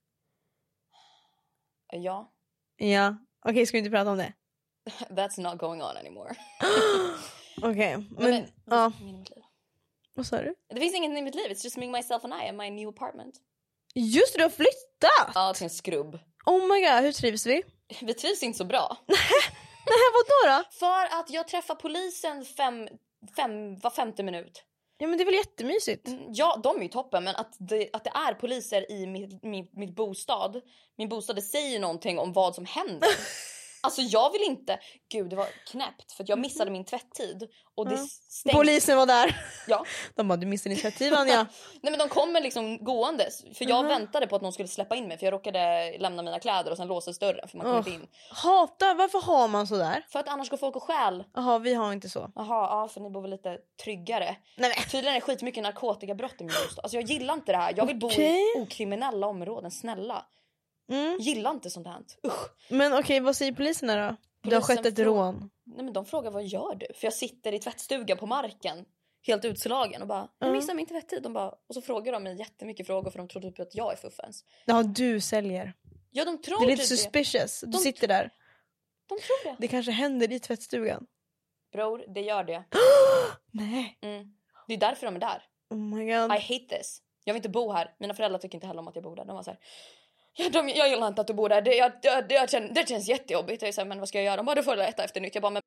Ja. Ja. Okej, ska vi inte prata om det? That's not going on anymore. Okej, men, Men, men ja. det finns ingen i mitt liv. Vad sa du? Det finns inget i mitt liv. It's just me, myself and I in my new apartment. Just det, du har flyttat! Ja, till en skrubb. Oh my god, hur trivs vi? Vi trivs inte så bra. Nej, vadå då? För att jag träffar polisen fem, fem, var femte minut. Ja men det är väl jättemysigt? Ja, de är ju toppen. Men att det, att det är poliser i mitt, mitt, mitt bostad. Min bostad, det säger någonting om vad som händer. Alltså jag vill inte. Gud, det var knäppt. För att jag missade min tvätttid. Och det Mm. stängde. Polisen var där. Ja. De bara, du missade din tvätttid, Anja. Nej men de kommer liksom gåendes. För jag Mhm. väntade på att någon skulle släppa in mig. För jag råkade lämna mina kläder och sen låstes dörren. För man kom Oh. inte in. Hata, varför har man så där? För att annars går folk och stjäl. Jaha, vi har inte så. Jaha, ja för ni bor väl lite tryggare. Nej, nej. Tydligen är det skitmycket narkotikabrott i min bostad. Alltså jag gillar inte det här. Jag vill bo Okej. i okriminella områden, snälla. Mm. Gillar inte sånt här. Usch. Men okej, vad säger poliserna då? Det har Polisen skett ett frå- rån. Nej men de frågar, vad gör du? För jag sitter i tvättstugan på marken. Helt utslagen och bara, jag Mm. missar min tvätttid. De bara, och så frågar de mig jättemycket frågor. För de tror typ att jag är fuffens. Ja, du säljer. Ja de tror Det är lite typ det. suspicious. Du De- sitter där. De tror det. Det kanske händer i tvättstugan. Bror, det gör det. Nej. Mm. Det är därför de är där. Oh my god. I hate this. Jag vill inte bo här. Mina föräldrar tycker inte heller om att jag bor där. De var så här, ja, de, jag gillar inte att du bor där. Det, jag, det, det, jag känner, det känns jättejobbigt. Jag är så här, men vad ska jag göra? De bara, du får leta efter nytt. Jag bara, men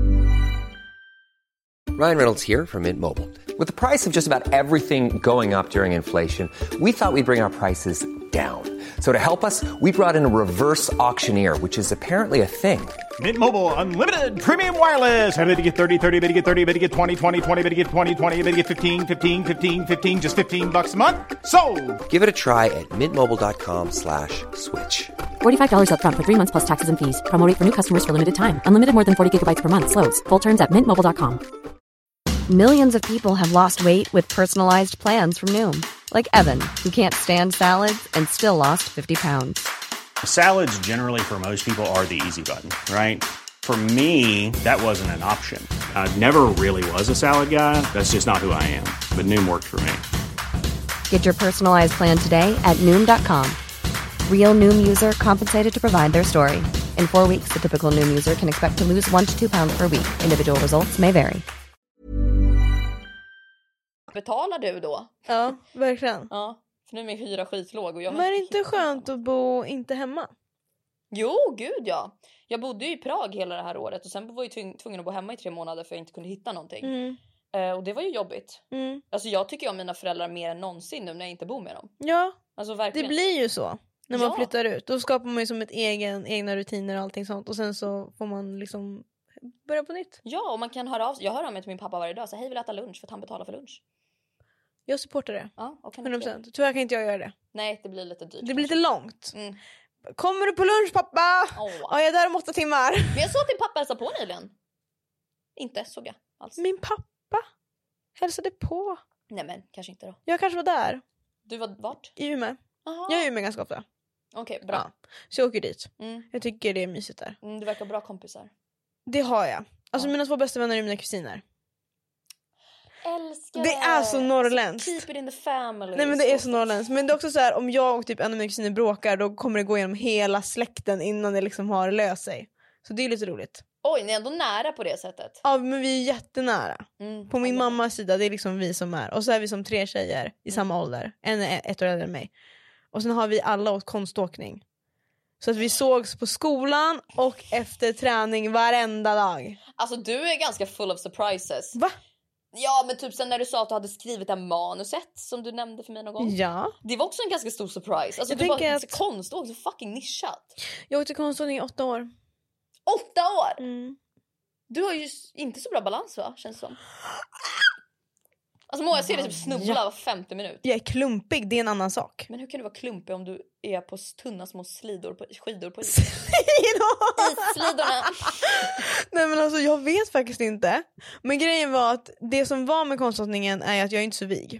Ryan Reynolds here from Mint Mobile. With the price of just about everything going up during inflation, we thought we'd bring our prices down. So to help us, we brought in a reverse auctioneer, which is apparently a thing. Mint Mobile Unlimited Premium Wireless. How to get thirty, thirty, bit to get thirty, bit to get twenty, twenty, twenty, bit to get twenty, twenty, bit to get fifteen, fifteen, fifteen, fifteen, just fifteen bucks a month? Sold! Give it a try at mintmobile.com slash switch. forty-five dollars up front for three months plus taxes and fees. Promo rate for new customers for limited time. Unlimited more than forty gigabytes per month. Slows full terms at mint mobile dot com. Millions of people have lost weight with personalized plans from Noom. Like Evan, who can't stand salads and still lost fifty pounds. Salads generally for most people are the easy button, right? For me, that wasn't an option. I never really was a salad guy. That's just not who I am. But Noom worked for me. Get your personalized plan today at Noom dot com. Real Noom user compensated to provide their story. In four weeks, the typical Noom user can expect to lose one to two pounds per week. Individual results may vary. betalar du då? Ja, verkligen. Ja, för nu är min hyra skitlåg. Och jag Men är det inte skönt att bo inte hemma? Jo, gud ja. Jag bodde ju i Prag hela det här året. Och sen var jag tvung- tvungen att bo hemma i tre månader för jag inte kunde hitta någonting. Mm. Eh, och det var ju jobbigt. Mm. Alltså jag tycker om mina föräldrar mer än någonsin nu när jag inte bor med dem. Ja, Alltså det verkligen. blir ju så. När man Ja. flyttar ut. Då skapar man ju som ett egen, egna rutiner och allting sånt. Och sen så får man liksom börja på nytt. Ja, och man kan höra av sig. Jag hör av mig till min pappa varje dag. Så hej, vill äta lunch för att han betalar för lunch. Jag supportar det. Ja, och kan hundra inte- procent. Tyvärr kan inte jag göra det. Nej, det blir lite dyrt. Det blir lite långt. Mm. Kommer du på lunch, pappa? Åh. Ja, jag är där om åtta timmar. Men jag såg att din pappa hälsade på nyligen. Inte såg jag alls. Min pappa hälsade på. Nej men, kanske inte då. Jag kanske var där. Du var vart? I Umeå. Jaha. Jag är i Umeå ganska ofta. Okej, bra. Ja. Så jag åker dit. Mm. Jag tycker det är mysigt där. Mm, du verkar ha bra kompisar. Det har jag. Alltså Ja. mina två bästa vänner är mina kusiner. Älskar Det är så norrländskt. Keep it in the family. Nej men det är så norrländskt. Men det är också så här, om jag och typ en av mina kusiner bråkar, då kommer det gå igenom hela släkten innan det liksom har löst sig. Så det är lite roligt. Oj, ni är ändå nära på det sättet. Ja, men vi är jättenära. Mm. På min mammas sida, det är liksom vi som är. Och så är vi som tre tjejer i samma ålder. En är ett år äldre än mig. Och sen har vi alla åkt konståkning. Så att vi sågs på skolan och efter träning varenda dag. Alltså du är ganska full of surprises. Va? Ja, men typ sen när du sa att du hade skrivit det här manuset som du nämnde för mig någon gång. Ja. Det var också en ganska stor surprise. Alltså Jag du bara tänker att... att- konst och så fucking nischat. Jag åkte konståkning i åtta år. Åtta år! Mm. Du har ju inte så bra balans, va? Känns som. Alltså må jag ser det typ snubbla Ja. var femte minut. Jag är klumpig, det är en annan sak. Men hur kan du vara klumpig om du är på tunna små slidor på, skidor på slidorna? Nej men alltså jag vet faktiskt inte. Men grejen var att det som var med konståkningen är att jag är inte så vig.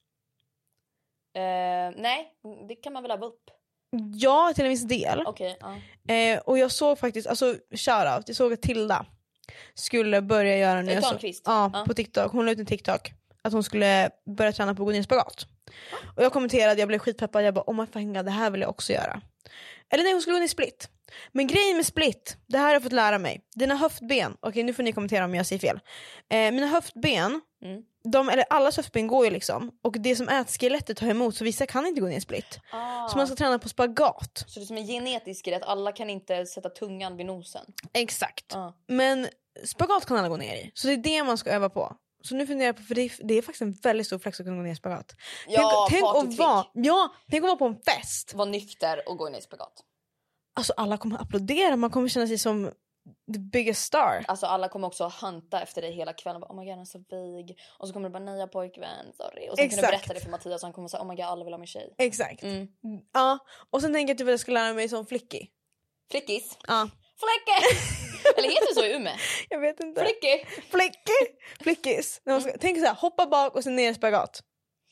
Uh, nej, det kan man väl ha upp. Ja, till en viss del. Okej, okay, uh. eh, Och jag såg faktiskt, alltså shoutout, jag såg att Tilda skulle börja göra nu. Så, ja, uh. på TikTok. Hon la ut en TikTok att hon skulle börja träna på att gå ner i spagat. Uh. Och jag kommenterade, jag blev skitpeppad. Jag bara, oh my fucking god, det här vill jag också göra. Eller nej, hon skulle gå ner i split. Men grejen med split, det här har jag fått lära mig. Dina höftben, okej okay, nu får ni kommentera om jag säger fel. eh, Mina höftben, mm. de, eller alla höftben går ju liksom. Och det som ätskelettet tar emot, så vissa kan inte gå ner i split. ah. Så man ska träna på spagat. Så det är som en genetisk grej, att alla kan inte sätta tungan vid nosen. Exakt, ah. men spagat kan alla gå ner i. Så det är det man ska öva på. Så nu funderar jag på, för det är, det är faktiskt en väldigt stor flex att kunna gå ner i spagat. Ja, tänk, tänk att vara, ja, tänk att vara på en fest, vara nykter och gå ner i spagat. Alltså alla kommer att applådera, man kommer känna sig som the biggest star. Alltså alla kommer också hunta efter dig hela kvällen. Oh my god, han är så vig. Och så kommer du bara, nej jag pojkvän, sorry. Och sen kan du berätta det för Mattias och han kommer säga, oh my god, alla vill ha min tjej. Exakt. Mm. Ja, och sen tänker jag typ att jag ska lära mig som flicky. Flickis? Ja. Flicke! Eller heter det så i Umeå? Jag vet inte. Flicky! Flicky! Flickis. Mm. Tänk så här, hoppa bak och sen ner i spagat.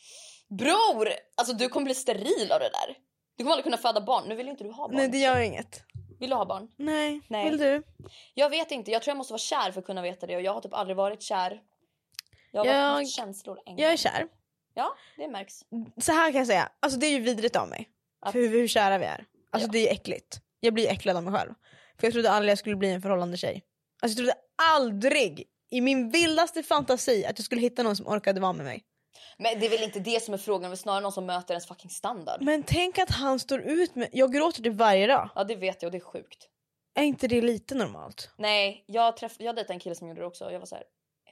Bror! Alltså du kommer bli steril av det där. Du kommer aldrig kunna föda barn. Nu vill inte du ha barn. Nej, det gör inget. Vill du ha barn? Nej. Nej. Vill du? Jag vet inte. Jag tror jag måste vara kär för att kunna veta det. Och jag har typ aldrig varit kär. Jag har jag... varit känslor en gång. Jag är kär. Ja, det märks. Så här kan jag säga. Alltså det är ju vidrigt av mig. Att... För hur, hur kära vi är. Alltså ja. Det är ju äckligt. Jag blir äcklad av mig själv. För jag trodde aldrig jag skulle bli en förhållande tjej. Alltså jag trodde aldrig i min vildaste fantasi att jag skulle hitta någon som orkade vara med mig. Men det är väl inte det som är frågan, men snarare någon som möter ens fucking standard. Men tänk att han står ut med... Jag gråter typ varje dag. Ja, det vet jag och det är sjukt. Är inte det lite normalt? Nej, jag, träff... jag dejtade en kille som gjorde det också. Jag var så här...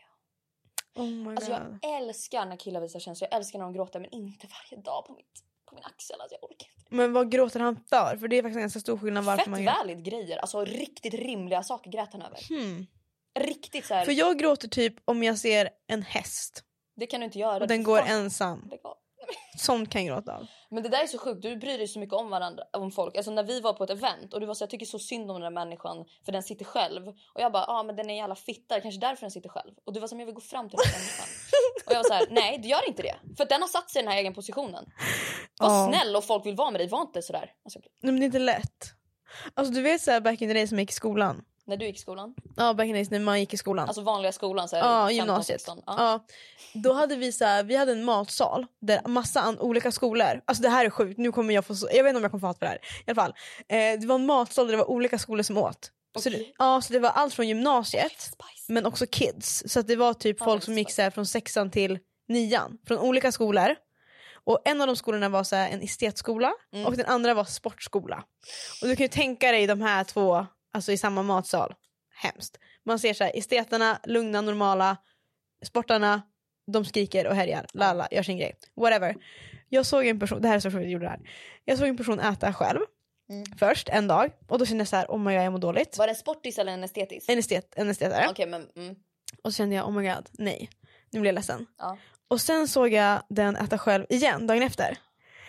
Ja. Oh my alltså God. Jag älskar när killar visar känslor. Jag älskar när de gråter, men inte varje dag på, mitt... på min axel. Alltså jag orkar inte. Men vad gråter han för? För det är faktiskt en ganska stor skillnad varför Fett man väldigt grejer. Alltså riktigt rimliga saker grät han över. Hmm. Riktigt så här... För jag gråter typ om jag ser en häst. Det kan du inte göra. Och den går ensam. Det går. Sånt kan jag gråta av. Men det där är så sjukt. Du bryr dig så mycket om varandra, om folk. Alltså när vi var på ett event och du var så, jag tycker så synd om den där människan för den sitter själv. Och jag bara, ja ah, men den är jävla fittar, kanske därför den sitter själv. Och du var som, jag vill gå fram till den människan. Och jag var så här, nej det gör inte det. För att den har satt sig i den här egen positionen. Var oh. snäll och folk vill vara med dig, var inte sådär. Alltså, nej men det är inte lätt. Alltså du vet så här back in the days som jag gick i skolan. När du gick i skolan? Ja, back in the days när man gick i skolan. Alltså vanliga skolan så här, ja, gymnasiet. Ja. ja. Då hade vi så här, vi hade en matsal där massa an- olika skolor. Alltså det här är sjukt. Nu kommer jag få så, jag vet inte om jag kommer få hat för det här. I alla fall. Eh, det var en matsal där det var olika skolor som åt. Okay. Så det, ja, så det var allt från gymnasiet men också kids. Så att det var typ folk som gick så här, från sexan till nian från olika skolor. Och en av de skolorna var så här, en estetskola mm. och den andra var sportskola. Och du kan ju tänka dig de här två alltså i samma matsal. Hemskt. Man ser så här, esteterna, lugna, normala. Sportarna, de skriker och härjar. Lala, gör sin grej. Whatever. Jag såg en person, det här är så sjukt jag gjorde det här. Jag såg en person äta själv. Mm. Först, en dag. Och då kände jag så här, oh my god, jag mår dåligt. Var det en sportis eller en estetisk? En estet, en estetare. Okej, okay, men... Mm. Och så kände jag, oh my god, nej. Nu blir jag ledsen. Ja. Och sen såg jag den äta själv igen, dagen efter.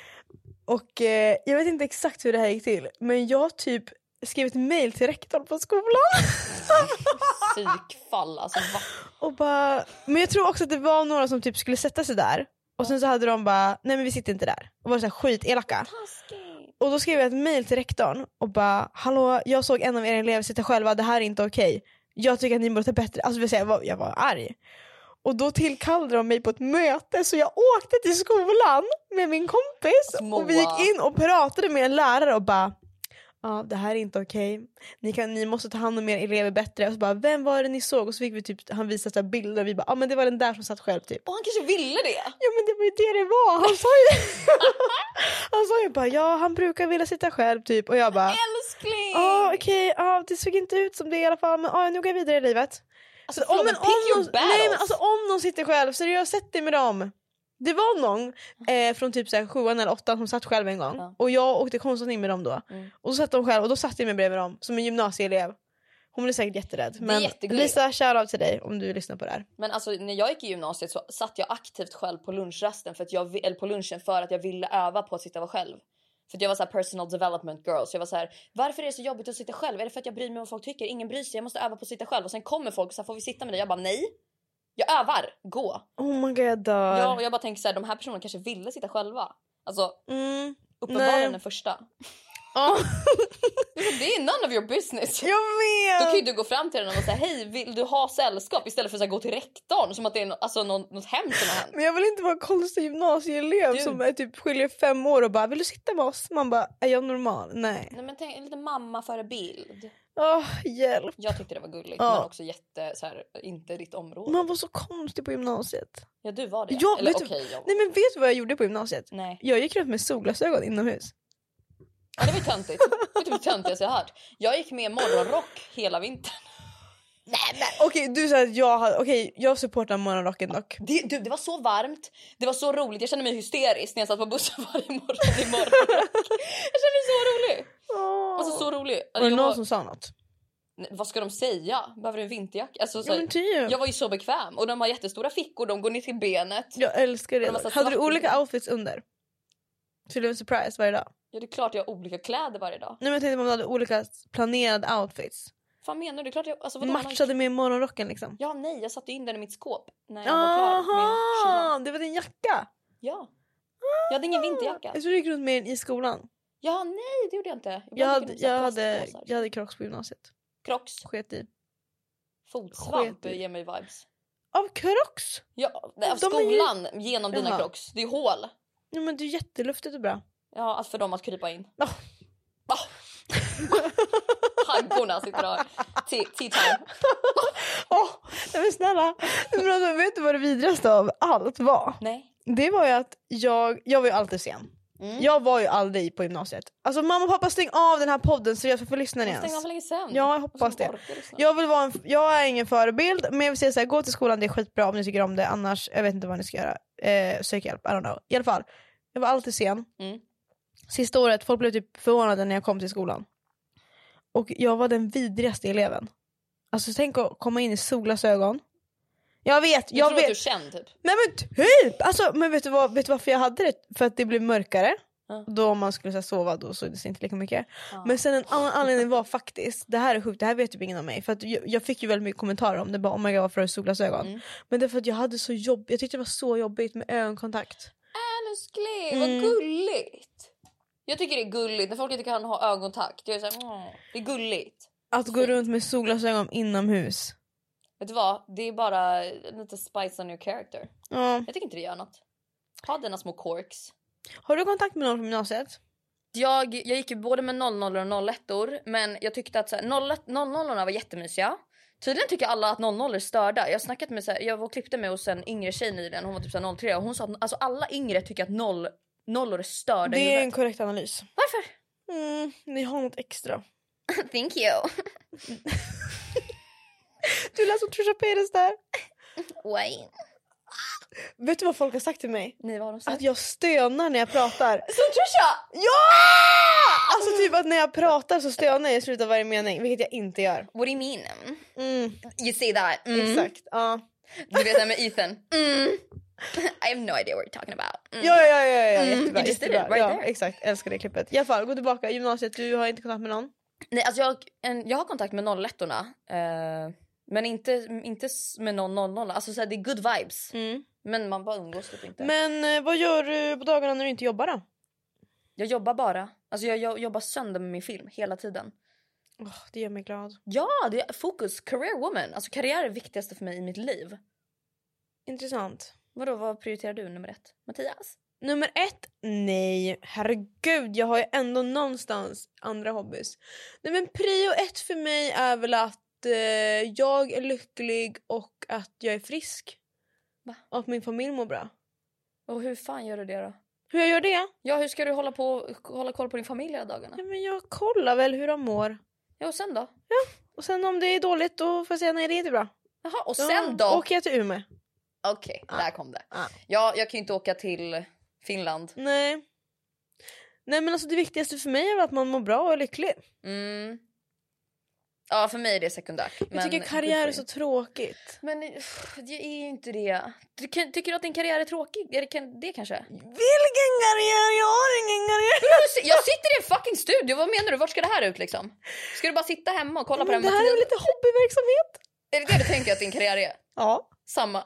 Och eh, jag vet inte exakt hur det här gick till. Men jag typ skrev ett mejl till rektorn på skolan. Psykfall, alltså va? Och bara, men jag tror också att det var några som typ skulle sätta sig där. Och sen så hade de bara, nej men vi sitter inte där. Och var så här skitelaka. Och då skrev jag ett mejl till rektorn och bara, hallå, jag såg en av era elever sitta själva, det här är inte okej. Jag tycker att ni borde ta bättre. Alltså jag var, jag var arg. Och då tillkallade de mig på ett möte, så jag åkte till skolan med min kompis. Moa. Och vi gick in och pratade med en lärare och bara, ja, det här är inte okej. Ni, kan, ni måste ta hand om er elever bättre. Och så bara, vem var det ni såg? Och så fick vi typ, han visade så här bilder och vi bara, ja men det var den där som satt själv typ. Och han kanske ville det. Ja men det var ju det det var. Han sa ju, han sa ju bara, ja han brukar vilja sitta själv typ. Och jag bara, älskling. Ja okej, ja det såg inte ut som det i alla fall. Men ja, nu går jag vidare i livet. Alltså, så, om, men, om, någon, nej, men alltså, om någon sitter själv, så jag har sett det med dem. Det var någon eh, från typ såhär, sjuan eller åttan som satt själv en gång. Ja. Och jag åkte konståkning med dem då. Mm. Och så satt de själv, och då satt jag mig bredvid dem som en gymnasieelev. Hon blir säkert jätterädd. Det är Men jättegulligt. Lisa, shoutout till dig om du lyssnar på det här. Men alltså när jag gick i gymnasiet så satt jag aktivt själv på lunchrasten för att jag vi- eller på lunchen för att jag ville öva på att sitta och vara själv. För att jag var så här personal development girl, så jag var så här: varför är det så jobbigt att sitta själv? Är det för att jag bryr mig om vad folk tycker? Ingen bryr sig. Jag måste öva på att sitta själv. Och sen kommer folk och så här, får vi sitta med dig? Jag bara nej. Jag övar. Gå. Oh my god, jag dör. Ja, och jag bara tänker så här, de här personerna kanske ville sitta själva. Alltså Mm. uppenbarligen Nej. den första. Oh. Det är none of your business. Jag vet. Då kan ju du gå fram till den och säga hej, vill du ha sällskap? Istället för att så här, gå till rektorn som att det är no- alltså, något, något hemskt som har hänt. Men jag vill inte vara en konstig gymnasieelev Du- som är typ skiljer fem år och bara vill du sitta med oss? Man bara, är jag normal? Nej. Nej men tänk en liten mamma förebild. Åh, hjälp. Jag tyckte det var gulligt Ja. men också jätte så här, inte ditt område. Man var så konstig på gymnasiet. Ja du var det. Ja, Eller vet du- okej jag. Nej men vet du vad jag gjorde på gymnasiet? Nej. Jag gick runt med solglasögon inomhus. Ja, det var ju töntigt. Det var typ det töntigaste jag hört. Jag gick med morgonrock hela vintern. Okej, du sa att jag hade, okej, jag supportar morgonrocken dock. Det, du, det var så varmt. Det var så roligt. Jag kände mig hysterisk när jag satt på bussen varje morgon i morgonrock. Jag kände mig så rolig. Alltså så rolig. Var det Jag någon var- som sa något? Nej, vad ska de säga? Behöver du en vinterjacka? Alltså, så Ja, här, men typ. jag var ju så bekväm. Och de har jättestora fickor. De går ner till benet. Jag älskar Och de det. har så Hade du svart- olika outfits under? Så det var en surprise varje dag? Ja, det är klart jag har olika kläder varje dag. Nej men jag tänkte om du hade olika planerade outfits. Vad menar du? Det är klart jag... Alltså, vadå, Matchade med morgonrocken liksom. Ja, nej. Jag satte in den i mitt skåp. När jag var klar med kylan. Aha, det var din jacka. Ja. Jag hade ingen vinterjacka. Jag tror du gick runt med den i skolan. Ja, nej. Det gjorde jag inte. Jag, bara Jag gick hade, runt med jag så här hade, plastpåsar. jag hade Crocs på gymnasiet. Crocs. Sket i. Fotsvamp Sket i. ger mig vibes. Av Crocs? Ja, nej, av De är ju- skolan genom dina Jaha. Crocs. Det är hål. Ja men det är jätteluftigt och bra. Ja, alltså för dem att krypa in. Oh. Ah. Haggorna sitter där. Tea tea time. Åh, nej men snälla. Men alltså, vet du vad det vidrigaste av allt var? Nej. Det var ju att jag, jag var ju alltid sen. Mm. Jag var ju aldrig på gymnasiet. Alltså mamma och pappa, stäng av den här podden så jag får lyssna Jag ens. stängde av för länge sedan. Ja, jag hoppas Alltså, det. orkar lyssna. Jag vill vara en, jag är ingen förebild, men jag vill säga så här: gå till skolan, det är skitbra om ni tycker om det. Annars, jag vet inte vad ni ska göra. Eh, sök hjälp, I don't know. I alla fall, jag var alltid sen. Mm. Sista året, folk blev typ förvånade när jag kom till skolan. Och jag var den vidrigaste eleven. Alltså tänk att komma in i solglasögon. Jag vet, Jag, jag tror att du vet. känner typ. Nej men typ! Alltså, men vet du, vad, vet du varför jag hade det? För att det blev mörkare. Ja. Då om man skulle så här, sova då såg det sig inte lika mycket. Ja. Men sen en annan anledning var faktiskt, det här är sjukt, det här vet typ ingen om mig. För att jag, jag fick ju väldigt mycket kommentarer om det, bara oh my god varför har du solglasögon? Mm. Men det är för att jag hade så jobb, jag tyckte det var så jobbigt med ögonkontakt. Älskling, vad Mm. gulligt. Jag tycker det är gulligt när folk inte kan ha ögonkontakt. Jag är så här, mm, det är gulligt. Att gå runt med solglasögon inomhus. Vet du vad? Det är bara lite spice on your character. Ja. Jag tycker inte det gör något. Ha dina små quirks. Har du kontakt med någon från gymnasiet? Jag, jag gick ju både med noll noll och noll ett men jag tyckte att så här, noll noll var jättemysiga. Tydligen tycker alla att noll noll är störda. Jag har snackat med så här, jag var och klippte med hos en yngre tjej nyligen. Hon var typ så här noll tre och hon sa att alltså, alla yngre tycker att noll nollor är störda i Det är en huvudet. korrekt analys. Varför? Mm, ni har något extra. Thank you. Du lät som Trisha Paytas där. Wayne. Vet du vad folk har sagt till mig? Nej, vad har de sagt? Att jag stönar när jag pratar. Som Trisha! Ja! Alltså typ att när jag pratar så stönar jag i slutet av varje mening, vilket jag inte gör. What do you mean? Mm, You say that. Mm. exakt. Ja. Du vet det här med Ethan. Mm. I have no idea what you're talking about. Mm. Ja, ja, ja, ja, ja. Mm, Jättebra, you just did jättebra. it right Ja, there. exakt. Älskar det klippet. I alla fall, gå tillbaka. Gymnasiet, du har inte kontakt med någon? Nej, alltså jag, en, jag har kontakt med noll ettorna. Eh, men inte, inte s- med någon noll noll. Alltså så här, det är good vibes. Mm. Men man bara umgås typ inte. Men eh, vad gör du på dagarna när du inte jobbar då? Jag jobbar bara. Alltså jag, jag jobbar sönder med min film hela tiden. Oh, det gör mig glad. Ja, det är fokus. Career woman. Alltså karriär är det viktigaste för mig i mitt liv. Intressant. Vadå, vad prioriterar du nummer ett? Mattias? Nummer ett? Nej, herregud, jag har ju ändå någonstans andra hobbys. Nej men prio ett för mig är väl att eh, jag är lycklig och att jag är frisk. Va? Och att min familj mår bra. Och hur fan gör du det då? Hur jag gör det? Ja, hur ska du hålla, på, hålla koll på din familj hela dagarna? Ja, men jag kollar väl hur de mår. Ja, och sen då? Och sen om det är dåligt då får jag säga nej, det är inte bra. Jaha, och Ja, sen då? åker jag till Umeå. Okej, där kom det. Ah. Ja, jag kan ju inte åka till Finland. Nej. Nej men alltså det viktigaste för mig är att man mår bra och är lycklig. Mm. Ja, för mig är det sekundärt. Jag men tycker karriär är så tråkigt. Men uff, det är ju inte det. Du, kan, tycker du att din karriär är tråkig? Är det, kan, det kanske? Vilken karriär? Jag har ingen karriär. Jag sitter i en fucking studio. Vad menar du? Vart ska det här ut liksom? Ska du bara sitta hemma och kolla på Men den? det här är väl lite hobbyverksamhet? Är det det du tänker att din karriär är? Ja. Samma.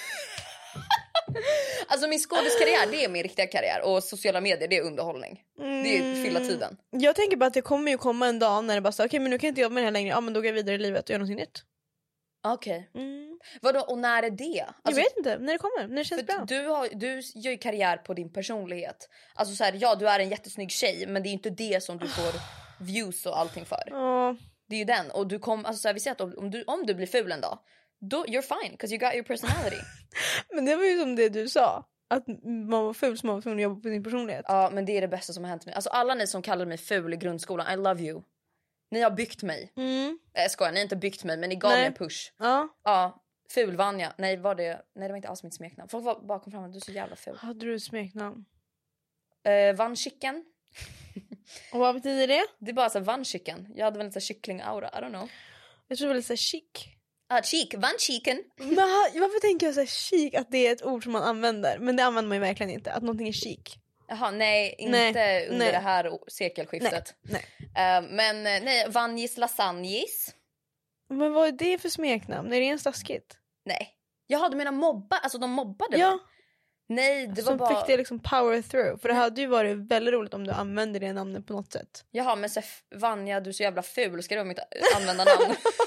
Alltså min skådiskarriär, det är min riktiga karriär. Och sociala medier, det är underhållning. Mm. Det är fylla tiden. Jag tänker bara att det kommer ju komma en dag när det bara så, okej okay, men nu kan jag inte jobba med det här längre. Ja men då går jag vidare i livet och gör någonting nytt. Okej. Okay. Mm. Vadå, och när är det? Alltså, jag vet inte, när det kommer, när det känns bra. Du, har, du gör ju karriär på din personlighet. Alltså så här, ja du är en jättesnygg tjej. Men det är ju inte det som du får views och allting för. Ja. Det är ju den. Och du kom, alltså så här, vi säger att om du, om du blir ful en dag, då you're fine, because you got your personality. Men det var ju som det du sa. Att man var ful som man var tvungen att jobba på sin personlighet. Ja, men det är det bästa som har hänt mig. Alltså alla ni som kallade mig ful i grundskolan, I love you. Ni har byggt mig. Mm. Jag skojar, ni har inte byggt mig, men ni gav Nej. mig en push. Ja. Ja, ful Vanja. Nej, var det, nej, det var inte alls mitt smeknamn. Folk var, bara kom fram och du är så jävla ful. Hade du ett smeknamn? Uh, Van Chicken. Och vad betyder det? Det är bara så här, Van Chicken. Jag hade väl lite kyckling-aura, I don't know. Jag tror det var lite så här chic. Ah, cheek, Van Chicken. Men varför tänker jag så här chic att det är ett ord som man använder? Men det använder man ju verkligen inte, att någonting är chic. Jaha, nej, inte Nej, under nej. det här sekelskiftet. Nej, Uh, men nej, Vanjis lasagnes. Men vad är det för smeknamn? Är det ens taskigt? Nej. Jag hade mina mobbar, alltså de mobbade Ja. mig. Nej, det var Som bara... fick det liksom power through. För det hade ju varit väldigt roligt om du använde det namnet på något sätt. Jaha, men så f- Vanja, du är så jävla ful. Ska du ha mitt användarnamn?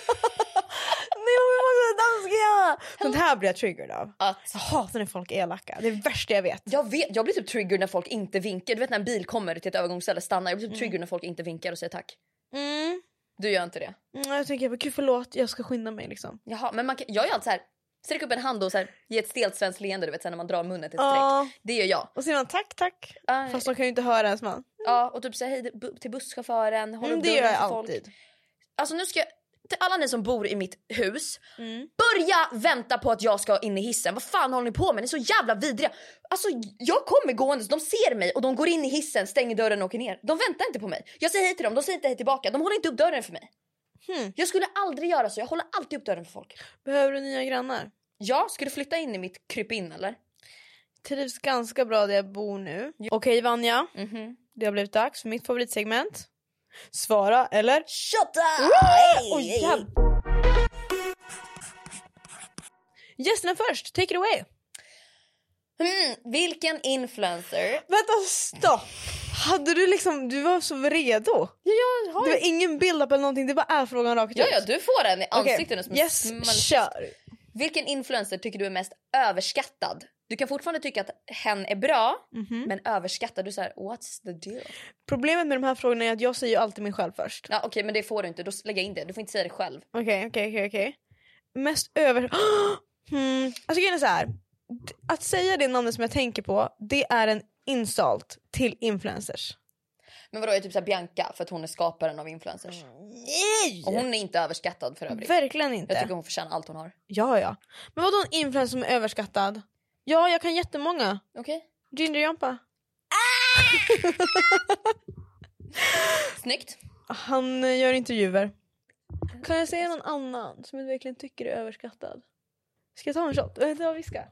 Nej, men vad är danska? Sånt här blir jag triggered av. Att... Jag hatar när folk är elaka. Det är det värsta jag vet. Jag, vet, jag blir typ triggered när folk inte vinkar. Du vet när en bil kommer till ett övergångsställe, stannar. Jag blir typ triggered när folk inte vinkar och säger tack. Mm. Du gör inte det. Mm, jag tänker, gud förlåt, jag ska skynda mig liksom. Jaha, men man kan, jag gör alltid så här. Sträck upp en hand och så här, ge ett stelt svenskt leende, du vet, så här, när man drar munnen till ett streck. Ja. Det gör jag. Och så säger man tack, tack. Aj. Fast de kan ju inte höra ens man. Ja, och typ säga hej bu- till busschauffören. Håll Mm, upp det gör dörren jag för folk. alltid. Alltså nu ska jag... Till alla ni som bor i mitt hus, Mm. börja vänta på att jag ska in i hissen. Vad fan håller ni på med? Ni är så jävla vidriga. Alltså jag kommer gående, de ser mig och de går in i hissen, stänger dörren och åker ner. De väntar inte på mig. Jag säger hej till dem, de säger inte hej tillbaka. De håller inte upp dörren för mig. Hmm. Jag skulle aldrig göra så, jag håller alltid upp dörren för folk. Behöver du nya grannar? Ja, ska du flytta in i mitt krypin eller? Trivs ganska bra där jag bor nu. Okej Vanja, Mhm. det har blivit dags för mitt favoritsegment. Svara eller? Shut up! Oj, jävlar. Gästerna först, take it away. Mm, vilken influencer? Vänta, stopp. Hade du liksom, du var så redo. Ja, jag har Det var ingen build-up eller någonting, det bara är frågan rakt Ja, ut. ja, du får den i ansiktet. Okej, nu som yes, smäll- kör. Vilken influencer tycker du är mest överskattad? Du kan fortfarande tycka att hen är bra, Mhm. men överskattad, du säger what's the deal? Problemet med de här frågorna är att jag säger ju alltid mig själv först. Ja, okej, men det får du inte. Då lägger jag in det. Du får inte säga det själv. Okej, okej, okej, okej. Mest över... hmm. Alltså grejen är så här. D- Att säga det namnet som jag tänker på, det är en insult till influencers. Men vadå, är typ så här Bianca för att hon är skaparen av influencers? Nej! Och hon är inte överskattad för övrigt. Verkligen inte. Jag tycker hon förtjänar allt hon har. Ja, ja. Men vadå en influencer som är överskattad? Ja, jag kan jättemånga. Okej. Ginger Jampa. Snyggt. Han eh, gör intervjuer. Kan jag säga någon annan som jag verkligen tycker är överskattad? Ska jag ta en shot? Vänta, jag viska.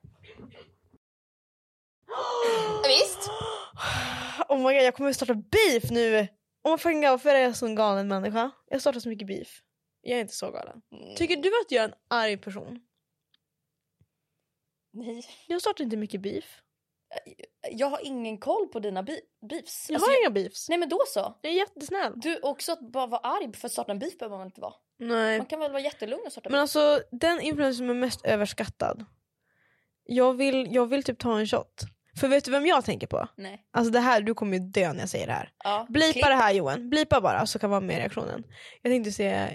Visst. Oh my god, jag kommer att starta beef nu. Oh my fucking god, varför är jag så en galen människa? Jag startar så mycket beef. Jag är inte så galen. Tycker du att jag är en arg person? Nej. Jag startar inte mycket beef. Jag har ingen koll på dina bi- beefs. Jag Alltså, har jag... inga beefs. Nej, men då så. Jag är jättesnäll. Du också att bara vara arg för att starta en beef behöver man inte vara. Nej. Man kan väl vara jättelugn och starta Men beef. alltså, den influencer som är mest överskattad. Jag vill, jag vill typ ta en shot. För vet du vem jag tänker på? Nej. Alltså det här, du kommer ju dö när jag säger det här. Ja. Blipa Klipp. det här Johan, blipa bara så kan vara med i reaktionen. Jag tänkte säga,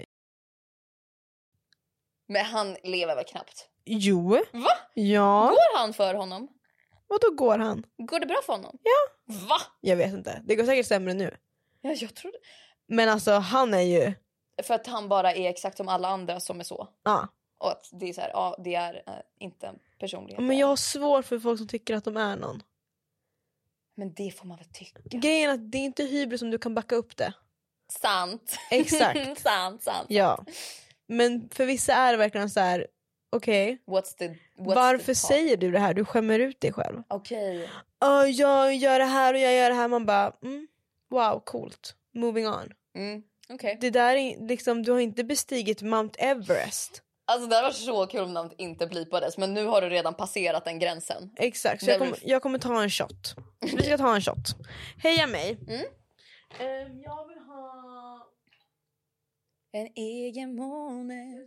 Men han lever väl knappt. jo. Va? Ja. Går han för honom? Vad då går han? Går det bra för honom? Ja. Va? Jag vet inte, det går säkert sämre nu. Ja, jag trodde. Men alltså han är ju, För att han bara är exakt som alla andra som är så. ja. Och att det är så här, ja, det är äh, inte en personlighet. Men jag har svårt för folk som tycker att de är någon. Men det får man väl tycka. Grejen är att det är inte hybris som du kan backa upp det. Sant. Exakt. sant, sant. Ja. Men för vissa är det verkligen så här, okej. Okay, what's the, what's varför the säger du det här? Du skämmer ut dig själv. Okej. Okay. Uh, jag gör det här och jag gör det här. Man bara, mm, wow, coolt. Moving on. Mm, okay. Det där är liksom, du har inte bestigit Mount Everest. Alltså det var så kul om namnet inte blipades. Men nu har du redan passerat den gränsen. Exakt, så jag, kom, jag kommer ta en shot. Vi ska ta en shot. Heja mig. Mm. um, Jag vill ha en egen måne.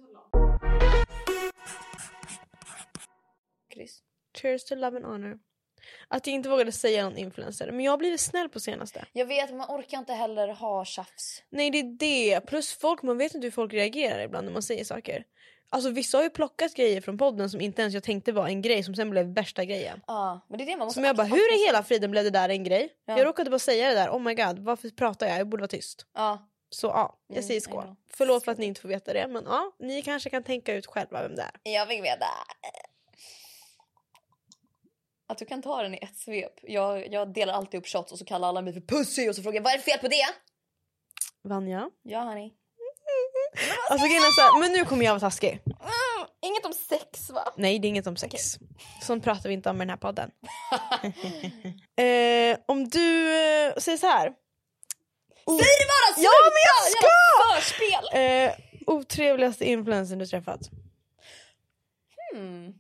Chris. Cheers to love and honor. Att jag inte vågade säga någon influencer. Men jag har blivit snäll på senaste. Jag vet, men man orkar inte heller ha tjafs. Nej, det är det. Plus folk, man vet inte hur folk reagerar ibland när man säger saker. Alltså vissa har ju plockat grejer från podden som inte ens jag tänkte var en grej, som sen blev värsta grejen. Ja, men det är det man måste. Som jag bara, hur i hela friden blev det där en grej? Ja. Jag råkade bara säga det där, oh my god, varför pratar jag? Jag borde vara tyst. Ja. Så ja, jag säger skål. Mm, förlåt för att ni inte får veta det, men ja, ni kanske kan tänka ut själva vem det är. Jag vill veta. Att du kan ta den i ett svep. Jag, jag delar alltid upp shots och så kallar alla mig för pussy och så frågar jag, vad är det fel på det? Vanja? Ja, honey. Alltså grejen är så här, men nu kommer jag vara taskig. Mm, inget om sex, va? Nej, det är inget om sex. Okay. Sånt pratar vi inte om i den här podden. eh, om du eh, säger så här. Oh. Säg det bara, sluta! Ja, men jag ska! Förspel! Eh, otrevligaste influencer du träffat? Hmm.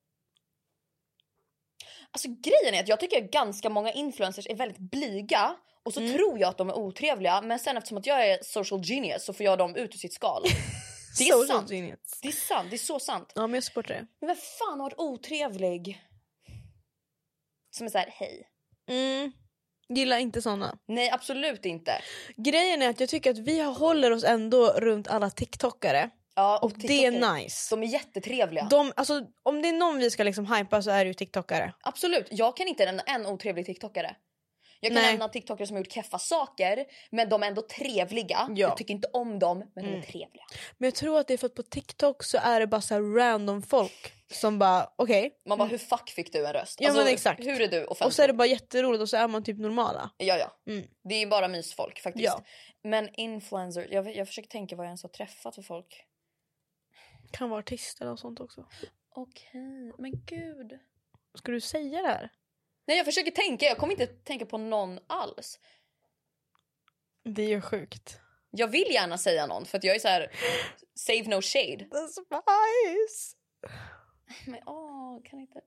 Alltså grejen är att jag tycker att ganska många influencers är väldigt blyga. Och så mm. tror jag att de är otrevliga. Men sen eftersom att jag är social genius så får jag dem ut ur sitt skal. Det är sant. Genius. Det är sant, det är så sant. Ja, men jag supportar det. Men vem fan har varit otrevlig? Som är så här, hej. Mm. Gillar inte såna. Nej, absolut inte. Grejen är att jag tycker att vi håller oss ändå runt alla TikTokare. Ja, och, och det är nice. De är jättetrevliga. De, alltså, om det är någon vi ska liksom hypa så är det ju TikTokare. Absolut, jag kan inte nämna en otrevlig TikTokare. Jag kan Nej. nämna TikTokare som har gjort keffa saker, men de är ändå trevliga. Ja. Jag tycker inte om dem, men mm. de är trevliga. Men jag tror att det är för att på TikTok så är det bara så här random folk som bara, okej. Okay. Man bara, hur fuck fick du en röst? Ja, alltså, men exakt. Hur är du offentlig? Och så är det bara jätteroligt och så är man typ normala. Ja, ja. Mm. Det är bara mysfolk faktiskt. Ja. Men influencer, jag, jag försöker tänka vad jag ens har träffat för folk. Kan vara artister och sånt också. Okej, men gud. Ska du säga det här? Nej, jag försöker tänka. Jag kommer inte tänka på någon alls. Det är ju sjukt. Jag vill gärna säga någon för att jag är så här save no shade. The spice. Men åh, kan inte.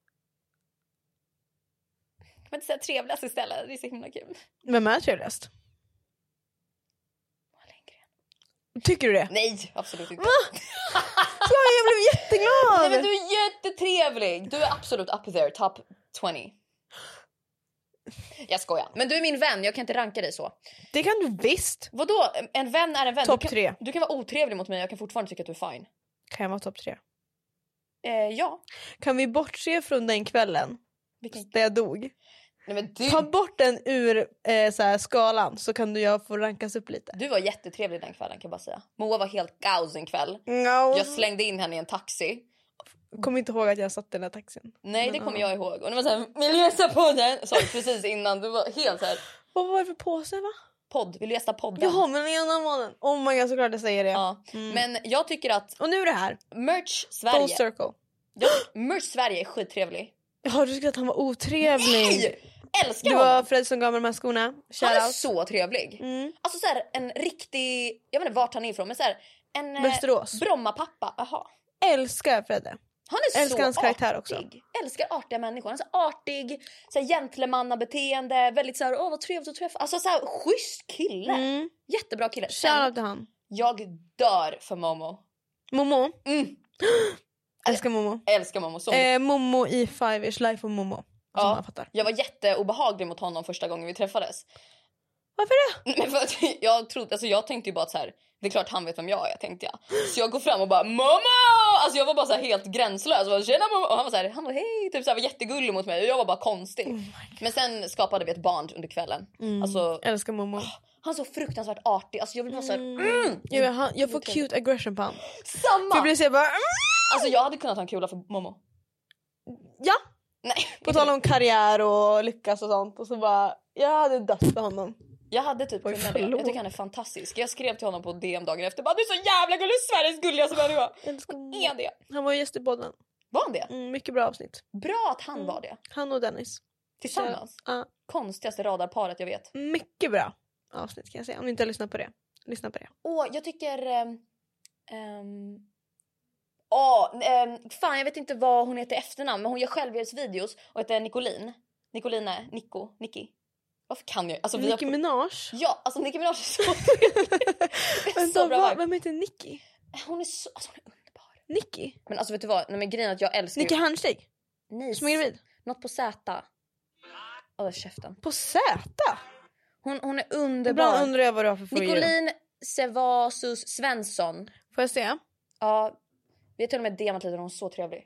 Kan man inte säga trevligast istället? Det är så himla kul. Vem är trevligast? Tycker du det? Nej, absolut inte. Ja, jag blev jätteglad. Nej, men du är jättetrevlig. Du är absolut up there, top tjugo. Jag skojar. Men du är min vän, jag kan inte ranka dig så. Det kan du visst. Vadå? En vän är en vän. Topp du, tre. kan, du kan vara otrevlig mot mig, jag kan fortfarande tycka att du är fine. Kan jag vara topp tre? Eh, ja. Kan vi bortse från den kvällen? Vilken? Där jag dog. Nej, men du... Ta bort den ur eh, så här, skalan så kan du jag få rankas upp lite. Du var jättetrevlig den kvällen kan jag bara säga. Moa var helt kaos en kväll. No. Jag slängde in henne i en taxi. Kommer inte ihåg att jag satt i den här taxin. Nej, men, det kommer ja. jag ihåg. Och det var så här, vill du gästa podden? Sa precis innan, du var helt så här. Vad var det för påse, va? Podd, vill du gästa podden? Jaha, men ena månaden. Oh my god, såklart jag säger det. Ja. Mm. Men jag tycker att... Och nu är det här. Merch Sverige. Full circle. Jag, merch Sverige är skittrevlig. Ja, du tyckte att han var otrevlig. Nej! Älskar det honom. var Fred som gav mig de här skorna. Shout han är out. så trevlig. Mm. Alltså så här, en riktig... Jag vet inte vart han är ifrån, men så här, en... Västerås. Brommapappa, aha. Älskar Fredde. Han är älskar så hans artig. karaktär också. Älskar artiga människor. Han är så artig, så här gentlemannabeteende, väldigt så här, åh vad trevligt att träffa. Alltså så här schysst kille. Mm. Jättebra kille. Shout till han. Jag dör för Momo. Momo. Mm. Älskar Momo. Älskar Momo så. Eh, Momo i Five Years Life of Momo. Ja, jag fattar. Jag var jätteobehaglig mot honom första gången vi träffades. Varför det? Men för att jag trodde, alltså jag tänkte ju bara att så här, det är klart han vet vem jag är, tänkte jag. Så jag går fram och bara, mamma! Alltså jag var bara så här helt gränslös. Och, tjena, mamma! Och han var så här, han var hej, typ så här, var jättegullig mot mig. Och jag var bara konstig. Oh men sen skapade vi ett band under kvällen. Mm. Alltså, älskar Momo. Oh, han är så fruktansvärt artig. Alltså jag vill bara så här, mm. Mm. Jag, han, jag får cute aggression på han. Samma! För jag blir så bara, mm. Alltså jag hade kunnat ha en kula för Momo. Ja. Nej. På tal om karriär och lyckas och sånt. Och så bara, jag hade dött för honom. Jag hade typ Oj, kunnat det. Jag förlåt. tycker han är fantastisk. Jag skrev till honom på D M dagen efter. Bara, du är så jävla gullig, Sveriges gulligaste människa. Älskar Han honom. är det. Han var gäst i podden. Var han det? Mm, mycket bra avsnitt. Bra att han var det. Han och Dennis. Tillsammans. Ja, Konstigaste radarparet jag vet. mycket bra avsnitt kan jag säga. Om ni inte har lyssnat på det. Lyssna på det. Åh, jag tycker... Um, um, åh, um, fan, jag vet inte vad hon heter i efternamn. Men hon gör självhjälpsvideos och heter Nicolin. Nicoline, Nico, Nicky. Varför kan jag? Alltså, vi Nicki har... Minaj. Ja, alltså Nicki Minaj är så trevlig. Det är Vänta, så bra vad, vibe. vem heter Nicki? Hon är så... Alltså, hon är underbar. Nicki? Men alltså vet du vad? Nej, men grejen är att jag älskar... Nicki Handsteg? Nej, Som är gravid? något på Z. Åh, käften. På Z? Hon, hon är underbar. Ibland undrar jag vad du har för för Nicolin Sevasus Svensson. Får jag se? Ja, vi har till och med D M'at lite och hon är så trevlig.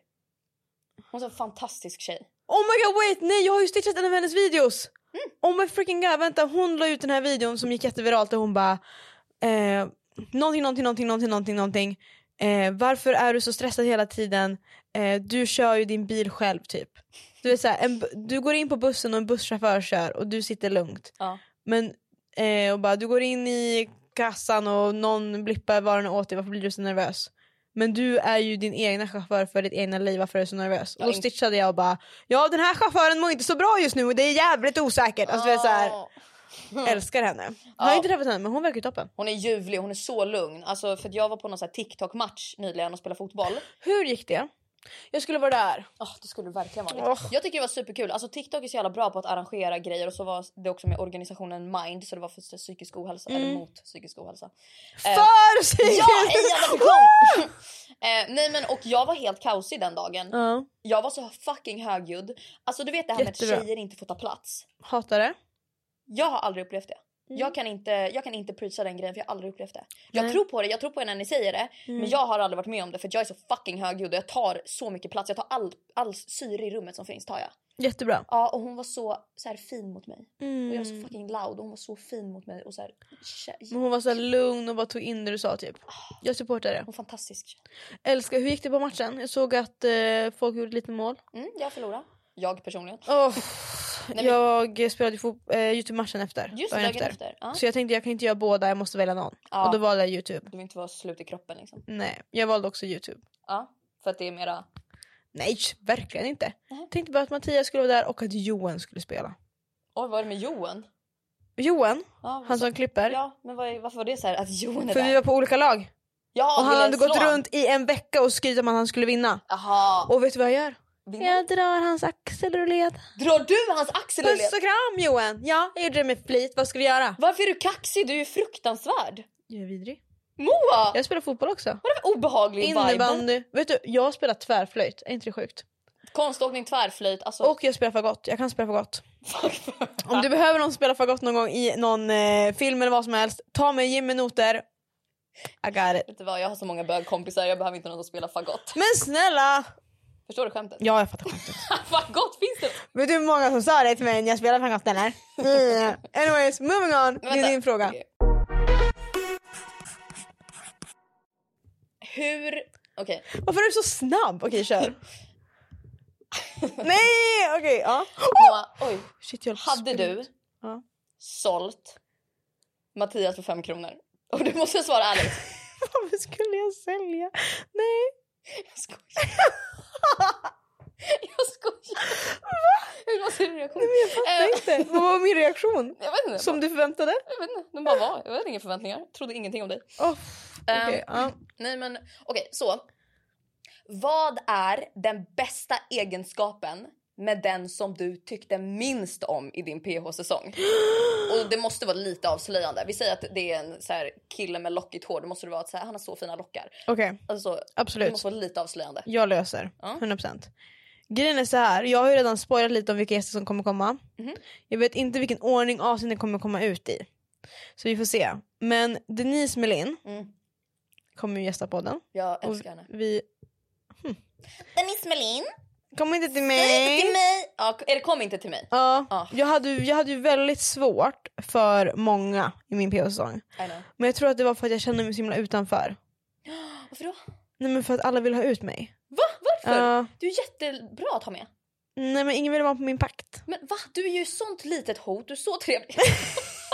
Hon är en fantastisk tjej. Oh my god, wait! Nej, jag har ju stitchat en av hennes videos! Mm. Oh my freaking god, vänta. Hon la ut den här videon som gick jätteviralt och hon bara... Eh, någonting, någonting, någonting, någonting, någonting, någonting. Eh, varför är du så stressad hela tiden? Eh, du kör ju din bil själv typ. Du vet, så här, en, du går in på bussen och en busschaufför kör och du sitter lugnt. Ja. Men eh, och bara, du går in i kassan och någon blippar varan åt dig. Varför blir du så nervös? Men du är ju din egna chaufför för ditt egna liv. Varför är du så nervös? Och då stitchade jag och bara, ja, den här chauffören mår inte så bra just nu och det är jävligt osäkert. Alltså, oh. så här, älskar henne. Jag har Ja. inte träffat henne men hon verkar ju toppen. Hon är ljuvlig, hon är så lugn. Alltså, för att jag var på någon så här TikTok-match nyligen och spelade fotboll. Hur gick det? Jag skulle vara där. Oh, det skulle verkligen vara. Oh. Jag tycker det var superkul. Alltså TikTok är så jävla bra på att arrangera grejer. Och så var det också med organisationen Mind. Så det var för psykisk ohälsa. Mm. Eller mot psykisk ohälsa. För psykisk! Ja, jävla eh, Nej men och jag var helt kaosig den dagen. uh. Jag var så fucking högljudd. Alltså du vet det här Jättebra. med att tjejer inte får ta plats. Hatar det. Jag har aldrig upplevt det. Mm. Jag kan inte jag kan inte preacha den grejen för jag har aldrig upplevt det. Jag Nej. tror på det, jag tror på det när ni säger det. Mm. Men jag har aldrig varit med om det för jag är så fucking högljudd och jag tar så mycket plats. Jag tar all, all syre i rummet som finns tar jag. Jättebra. Ja, och hon var så, så här fin mot mig. Mm. Och jag var så fucking loud och hon var så fin mot mig. Och så här, men hon var så här lugn och bara tog in det du sa typ. Jag supportar det. Hon var fantastisk. Älskar, hur gick det på matchen? Jag såg att eh, folk gjorde lite mål. Mm, jag förlorade. Jag personligen. Oh, Nej, jag spelade ju äh, Youtube-matchen efter. Just dagen efter. efter. Ja. Så jag tänkte jag kan inte göra båda, jag måste välja någon. Ja. Och då valde jag Youtube. Du vill inte vara slut i kroppen liksom. Nej, jag valde också Youtube. Ja, för att det är mera... Nej, verkligen inte. Uh-huh. Jag tänkte bara att Mattias skulle vara där och att Johan skulle spela. Oj, vad är det med Johan? Johan? Ja, han som klipper? Ja, men var, varför var det så här att Johan är för där? vi var på olika lag. Ja, och han hade gått runt i en vecka och skrivit om att han skulle vinna. Aha. Och vet du vad jag gör? Vinna? Jag drar hans axel ur led. Drar du hans axel ur led? Puss och kram Johan. Ja, jag gjorde det med flit. Vad ska vi göra? Varför är du kaxig? Du är ju fruktansvärd. Jag är vidrig. Moa! Jag spelar fotboll också. Vad är det för obehaglig innebandy. vibe? Vet du, jag spelar tvärflöjt. Är inte det sjukt? Konståkning, tvärflöjt. Alltså... Och jag spelar fagott. Jag kan spela fagott. Om du behöver någon som spelar fagott någon gång i någon eh, film eller vad som helst, ta med Jimmy noter. I got it. Vet du vad, jag har så många bögkompisar. Jag behöver inte någon som spelar fagott. Men snälla! Förstår du skämtet? Ja, jag fattar skämtet. Fagott finns det? Vet du hur många som sa det till mig när jag spelar fagott eller? Mm. Anyways, moving on. Det är din fråga. Okay. Hur... Okej. Okay. Varför är du så snabb? Okej, okay, kör. Nej, okej. Okay, ja. Noah, oj. Shit, jag hade du ja. sålt Mattias för fem kronor? Och du måste svara ärligt. Varför skulle jag sälja? Nej. Jag skojar. Jag skojar. Hur var din reaktion? Nej, men jag fattar inte. Vad var min reaktion? Jag vet inte. Som du förväntade? Jag vet inte. De bara var. Jag hade inga förväntningar. Jag trodde ingenting om dig. Oh, okay, um, uh. Nej men okej, okay, så. Vad är den bästa egenskapen med den som du tyckte minst om i din P H-säsong? Och det måste vara lite avslöjande. Vi säger att det är en så här kille med lockigt hår. Det måste det vara att så här, han har så fina lockar. Okej, okay. Alltså, absolut. Det måste vara lite avslöjande. Jag löser, hundra procent. Grejen är så här, jag har ju redan spoilat lite om vilka gäster som kommer komma. Mm-hmm. Jag vet inte vilken ordning avsnittet kommer komma ut i. Så vi får se. Men Denise Melin mm. kommer ju gästa podden. Jag älskar henne. Vi... Hm. Denise Melin. Kom inte till mig. Till mig. Ja, eller kom inte till mig. Ja, ja. Jag, hade, jag hade ju väldigt svårt för många i min P H-säsong. Men jag tror att det var för att jag kände mig så himla utanför. Varför då? Nej, men för att alla vill ha ut mig. Va? Varför? Uh, du är jättebra att ha med. Nej, men ingen vill vara på min pakt. Men va? Du är ju sånt litet hot. Du är så trevlig.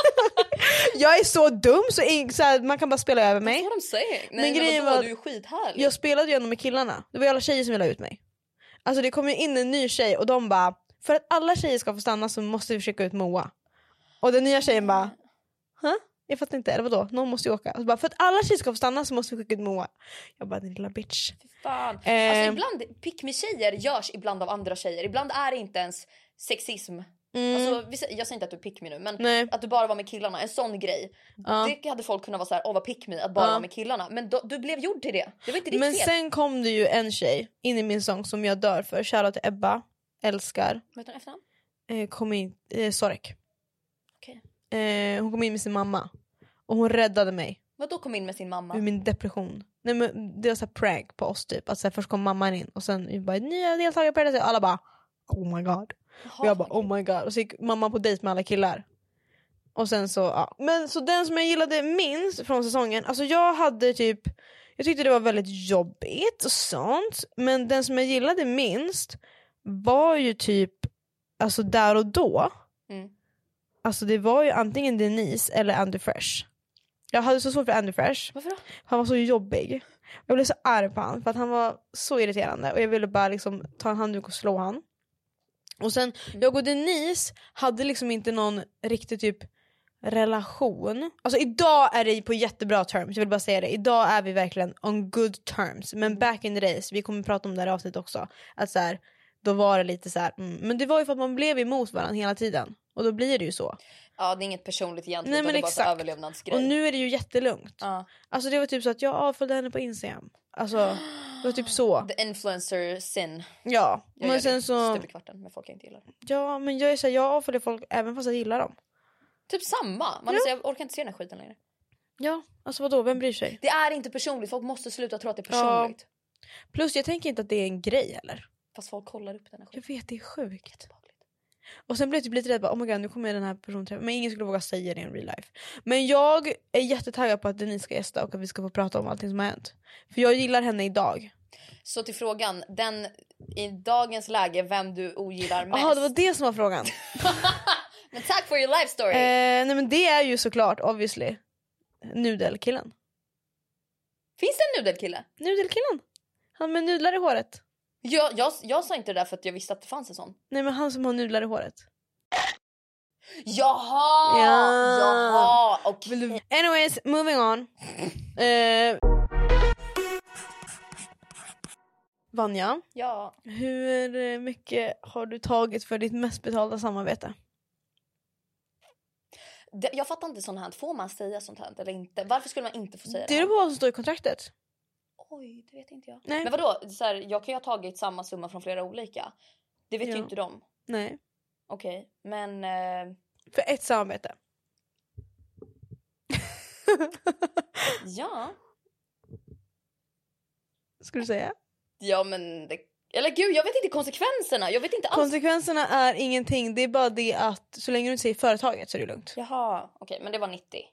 Jag är så dum så, in, så här, man kan bara spela över mig. Det är vad de säger. Nej, men men grejen vadå, var, du är skithärlig. jag spelade ju ändå med killarna. Det var ju alla tjejer som ville ha ut mig. Alltså det kom ju in en ny tjej och de bara, för att alla tjejer ska få stanna så måste vi försöka ut Moa. Och den nya tjejen bara, hä? Jag fattar inte, eller vadå? Någon måste ju åka. Alltså bara, för att alla tjejer ska få stanna så måste vi skicka ut Moa. Jag bara, din lilla bitch. Fan. Eh. Alltså ibland, pick me tjejer görs ibland av andra tjejer. Ibland är det inte ens sexism. Mm. Alltså, vi sä- jag säger inte att du pick me nu, men Nej. att du bara var med killarna, en sån grej. Ja. Det hade folk kunnat vara så här, åh vad pick me, att bara Ja. vara med killarna. Men då, du blev gjord till det. Det var inte ditt Men fel. sen kom det ju en tjej in i min sång som jag dör för. Shoutout till Ebba. Älskar. Vad heter hon efternamn? Eh, kom in, eh, Sorek. Okej. Eh, hon kom in med sin mamma. Och hon räddade mig Vad då kom in med sin mamma? ur min depression. Nej, men det var så här prank på oss typ. Att så här, först kom mamman in och sen vi bara, nya deltagare på det. Och alla bara, oh my god. Och jag bara, oh my god. Och så gick mamma på dejt med alla killar. Och sen så, ja. Men så den som jag gillade minst från säsongen. Alltså jag hade typ, jag tyckte det var väldigt jobbigt och sånt. Men den som jag gillade minst var ju typ, alltså där och då. Mm. Alltså det var ju antingen Denise eller Andy Fresh. Jag hade så svårt för Andy Fresh. Varför då? Han var så jobbig. Jag blev så arg på han för att han var så irriterande. Och jag ville bara liksom ta en handduk och slå han. Och sen, jag och Denise hade liksom inte någon riktig typ relation. Alltså idag är det på jättebra terms, jag vill bara säga det. Idag är vi verkligen on good terms. Men back in the days, vi kommer prata om det här avsnittet också. Att så här, då var det lite så här, mm. Men det var ju för att man blev emot varandra hela tiden. Och då blir det ju så. Ja, det är inget personligt egentligen. Nej, utan men det är bara exakt. en överlevnadsgrej. Och nu är det ju jättelugnt. Ja. Alltså det var typ så att jag avföljde henne på Instagram. Alltså det var typ så. The influencer sin. Ja, Jag men gör sen det så stup i kvarten med folk jag inte gillar. ja, men jag är så här, jag avföljer folk även fast jag gillar dem. Typ samma. Man Ja. säger, jag orkar inte se den här skiten längre. Ja, alltså vadå, vem bryr sig? Det är inte personligt. Folk måste sluta tro att det är personligt. Plus jag tänker inte att det är en grej heller. Fast folk kollar upp den här Jag skiten. vet, det är sjukt. Och sen blev jag typ lite rädd, bara, oh my god, nu kommer den här personen träffa. Men ingen skulle våga säga det i real life. Men jag är jättetaggad på att Denise ska gästa och att vi ska få prata om allting som har hänt. För jag gillar henne idag. Så till frågan, den i dagens läge, vem du ogillar mest. Jaha, det var det som var frågan. Men tack för your life story. eh, nej men det är ju såklart, obviously, nudelkillen. Finns det en nudelkille? Nudelkillen. Han med nudlar i håret. Jag, jag, jag sa inte det där för att jag visste att det fanns en sån. Nej men han som har nudlar i håret. Jaha! Ja. Jaha! Okej. Anyways, moving on. Eh, Vanja, Ja. hur mycket har du tagit för ditt mest betalda samarbete? Det, jag fattar inte sånt här. Får man säga sånt här eller inte? Varför skulle man inte få säga Det det är här? på vad som står i kontraktet. Oj, det vet inte jag. Nej. Men vadå? Så här, jag kan ju ha tagit samma summa från flera olika. Det vet Ja. ju inte de. Nej. Okej, men... Eh, För ett samarbete. ja. Ska du säga? Ja, men... Det, eller gud, jag vet inte konsekvenserna. Jag vet inte alls. Konsekvenserna är ingenting. Det är bara det att så länge du inte säger företaget så är det lugnt. Jaha, okej, men det var nittio.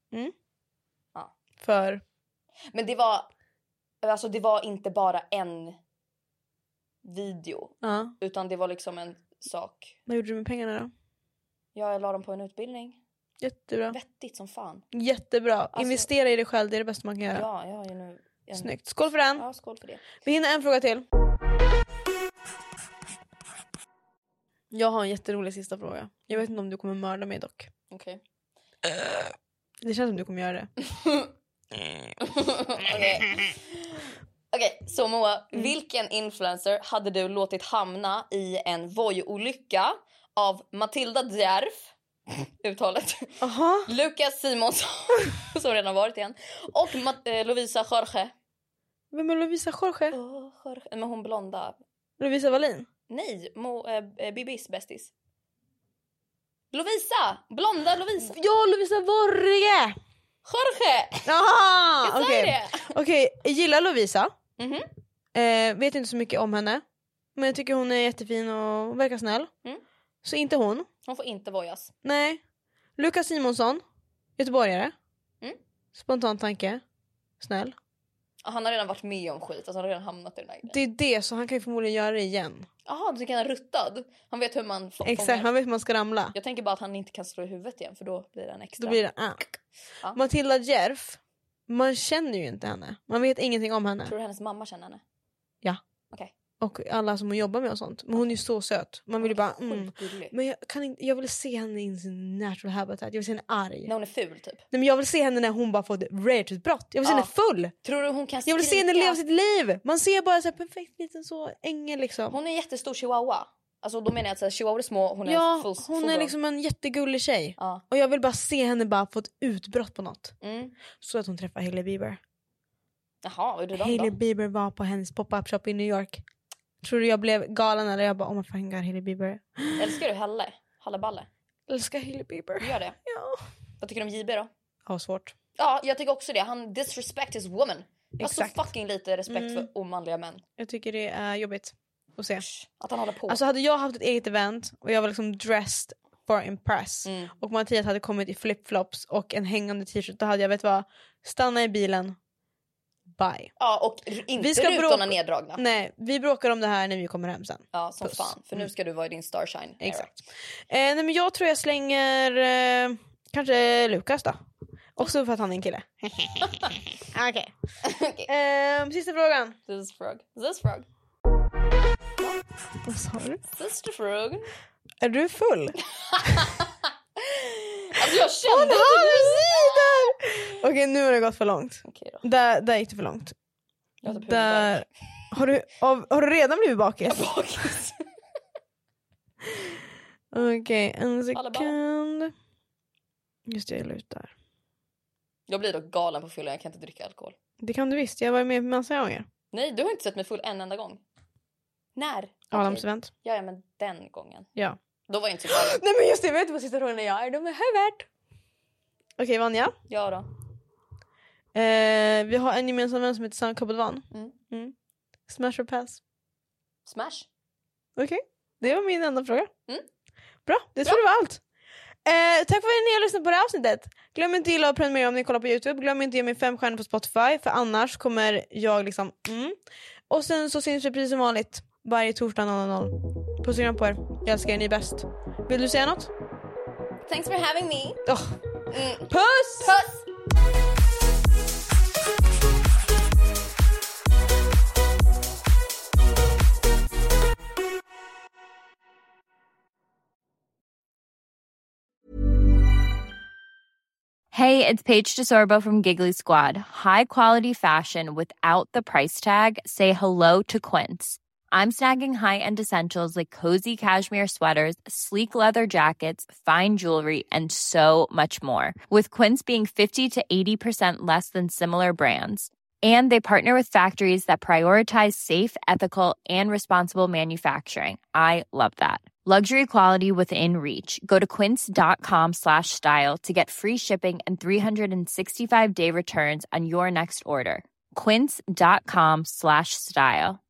För... Men det var... Alltså det var inte bara en video. Ja. Utan det var liksom en sak. Vad gjorde du med pengarna då? Ja, jag la dem på en utbildning. Jättebra. Vettigt som fan. Jättebra. Investera i dig själv, det är det bästa man kan göra. Ja, jag har ju nu... En... Snyggt. Skål för den. Ja, skål för det. Vi hinner en fråga till. Jag har en jätterolig sista fråga. Jag vet inte om du kommer mörda mig dock. Okej. Det känns som du kommer göra det. Okej. Okej, så Moa, Mm. vilken influencer hade du låtit hamna i en vojolycka av Matilda Djerf, uttalet, Aha. Lukas Simonsson, som redan varit igen, och Ma- eh, Lovisa Jorge. Vem är Lovisa Jorge? Oh, Jorge. Men hon blonda. Lovisa Wallin? Nej, Mo, eh, Bibis bästis. Lovisa! Blonda Lovisa. Ja, Lovisa Vorge! Jorge! Aha, Jag sa okej. det. Okej, jag gillar Lovisa. Mhm. Eh, vet inte så mycket om henne. Men jag tycker hon är jättefin och verkar snäll. Mm. Så inte hon. Hon får inte vojas. Nej. Lukas Simonsson. Göteborgare. Mm. Spontan tanke. Snäll. Han har redan varit med om skit. Alltså han har redan hamnat i den här grejen. Det är det, så han kan ju förmodligen göra det igen. Jaha, du tycker han är ruttad. Han vet hur man f- Exakt, fångar. han vet hur man ska ramla. Jag tänker bara att han inte kan slå i huvudet igen. För då blir det en extra. Då blir det, ah. Ja. Matilda Djerf, man känner ju inte henne. Man vet ingenting om henne. Tror du hennes mamma känner henne? Ja. Okej. Och alla som hon jobbar med och sånt. Men hon är ju så söt. Man vill ju bara, mm. Gullig. Men jag, kan inte, jag vill se henne i sin natural habitat. Jag vill se henne arg. När hon är ful typ. Nej, men jag vill se henne när hon bara får ett rageutbrott. Jag vill se Ja. henne full. Tror du hon kan skrika? Jag vill se henne leva sitt liv. Man ser bara så här perfekt liten så ängel liksom. Hon är en jättestor chihuahua. Alltså då menar jag att så här, chihuahua är små. Hon är Ja, full, hon full är on. liksom en jättegullig tjej. Ja. Och jag vill bara se henne bara få ett utbrott på något. Mm. Så att hon träffar Hailey Bieber. Jaha, är det de Hailey då? Bieber var på hennes pop-up shop i New York. Tror du jag blev galen eller jag bara, oh my fucking god, Hailey Bieber. Älskar du Halle? Halleballe? Älskar Hailey Bieber. Du gör det? Ja. Vad tycker du om J B då? Ja, svårt. Ja, jag tycker också det. Han disrespect his woman. Jag har så Exakt. fucking lite respekt Mm. för omanliga män. Jag tycker det är jobbigt att se. Att han håller på. Alltså hade jag haft ett eget event och jag var liksom dressed for impress Mm. och Mattias hade kommit i flipflops och en hängande t-shirt, då hade jag, vet vad, stanna i bilen. Bye. Ja, och r- inte Vi ska rutorna bråka- neddragna. Nej, vi bråkar om det här när vi kommer hem sen. Ja, som Puss. fan. För nu ska du vara i din starshine era. Exakt. Eh, nej men jag tror jag slänger eh, kanske Lukas då. Också för att han är en kille. Okej. Okej. Eh, sista frågan. This is frog. This frog. Vad sa du? This the frog. Är du full? Alltså jag kände Hon halvsidor! Okej, nu har det gått för långt. Okej då. Där, där gick det för långt. Jag har typ Där... Har, du, av, har du redan blivit bakis? bakis. Okej, en Alla sekund. Just det, jag lutar. Jag blir dock galen på fyllan. Jag kan inte dricka alkohol. Det kan du visst, jag var med massa gånger. Nej, du har inte sett mig full en enda gång. När? Adams Okej. event. Ja, ja, men den gången. Ja. Då var jag inte så galen. Nej men just det, vet du vad sista frågan jag är? De är hövärt. Okej, Vanja. Ja då. Eh, vi har en gemensam vän som heter Sam Kabelvan. Mm. Mm. Smash or pass? Smash. Okej, det var min enda fråga. Mm. Bra, det tror det var allt. Eh, tack för att ni har lyssnat på det här avsnittet. Glöm inte gilla och prenumerera om ni kollar på YouTube. Glöm inte ge mig fem stjärnor på Spotify, för annars kommer jag liksom mm. Och sen så syns vi precis som vanligt varje torsdag noll noll noll. Puss och kram på er. Jag älskar er, ni är bäst. Vill du säga något? Thanks for having me. Oh. Mm. Puss! Puss! Hey, it's Paige DeSorbo from Giggly Squad. High quality fashion without the price tag. Say hello to Quince. I'm snagging high-end essentials like cozy cashmere sweaters, sleek leather jackets, fine jewelry, and so much more. With Quince being fifty to eighty percent less than similar brands. And they partner with factories that prioritize safe, ethical, and responsible manufacturing. I love that. Luxury quality within reach. Go to quince.com slash style to get free shipping and three sixty-five day returns on your next order. Quince.com slash style.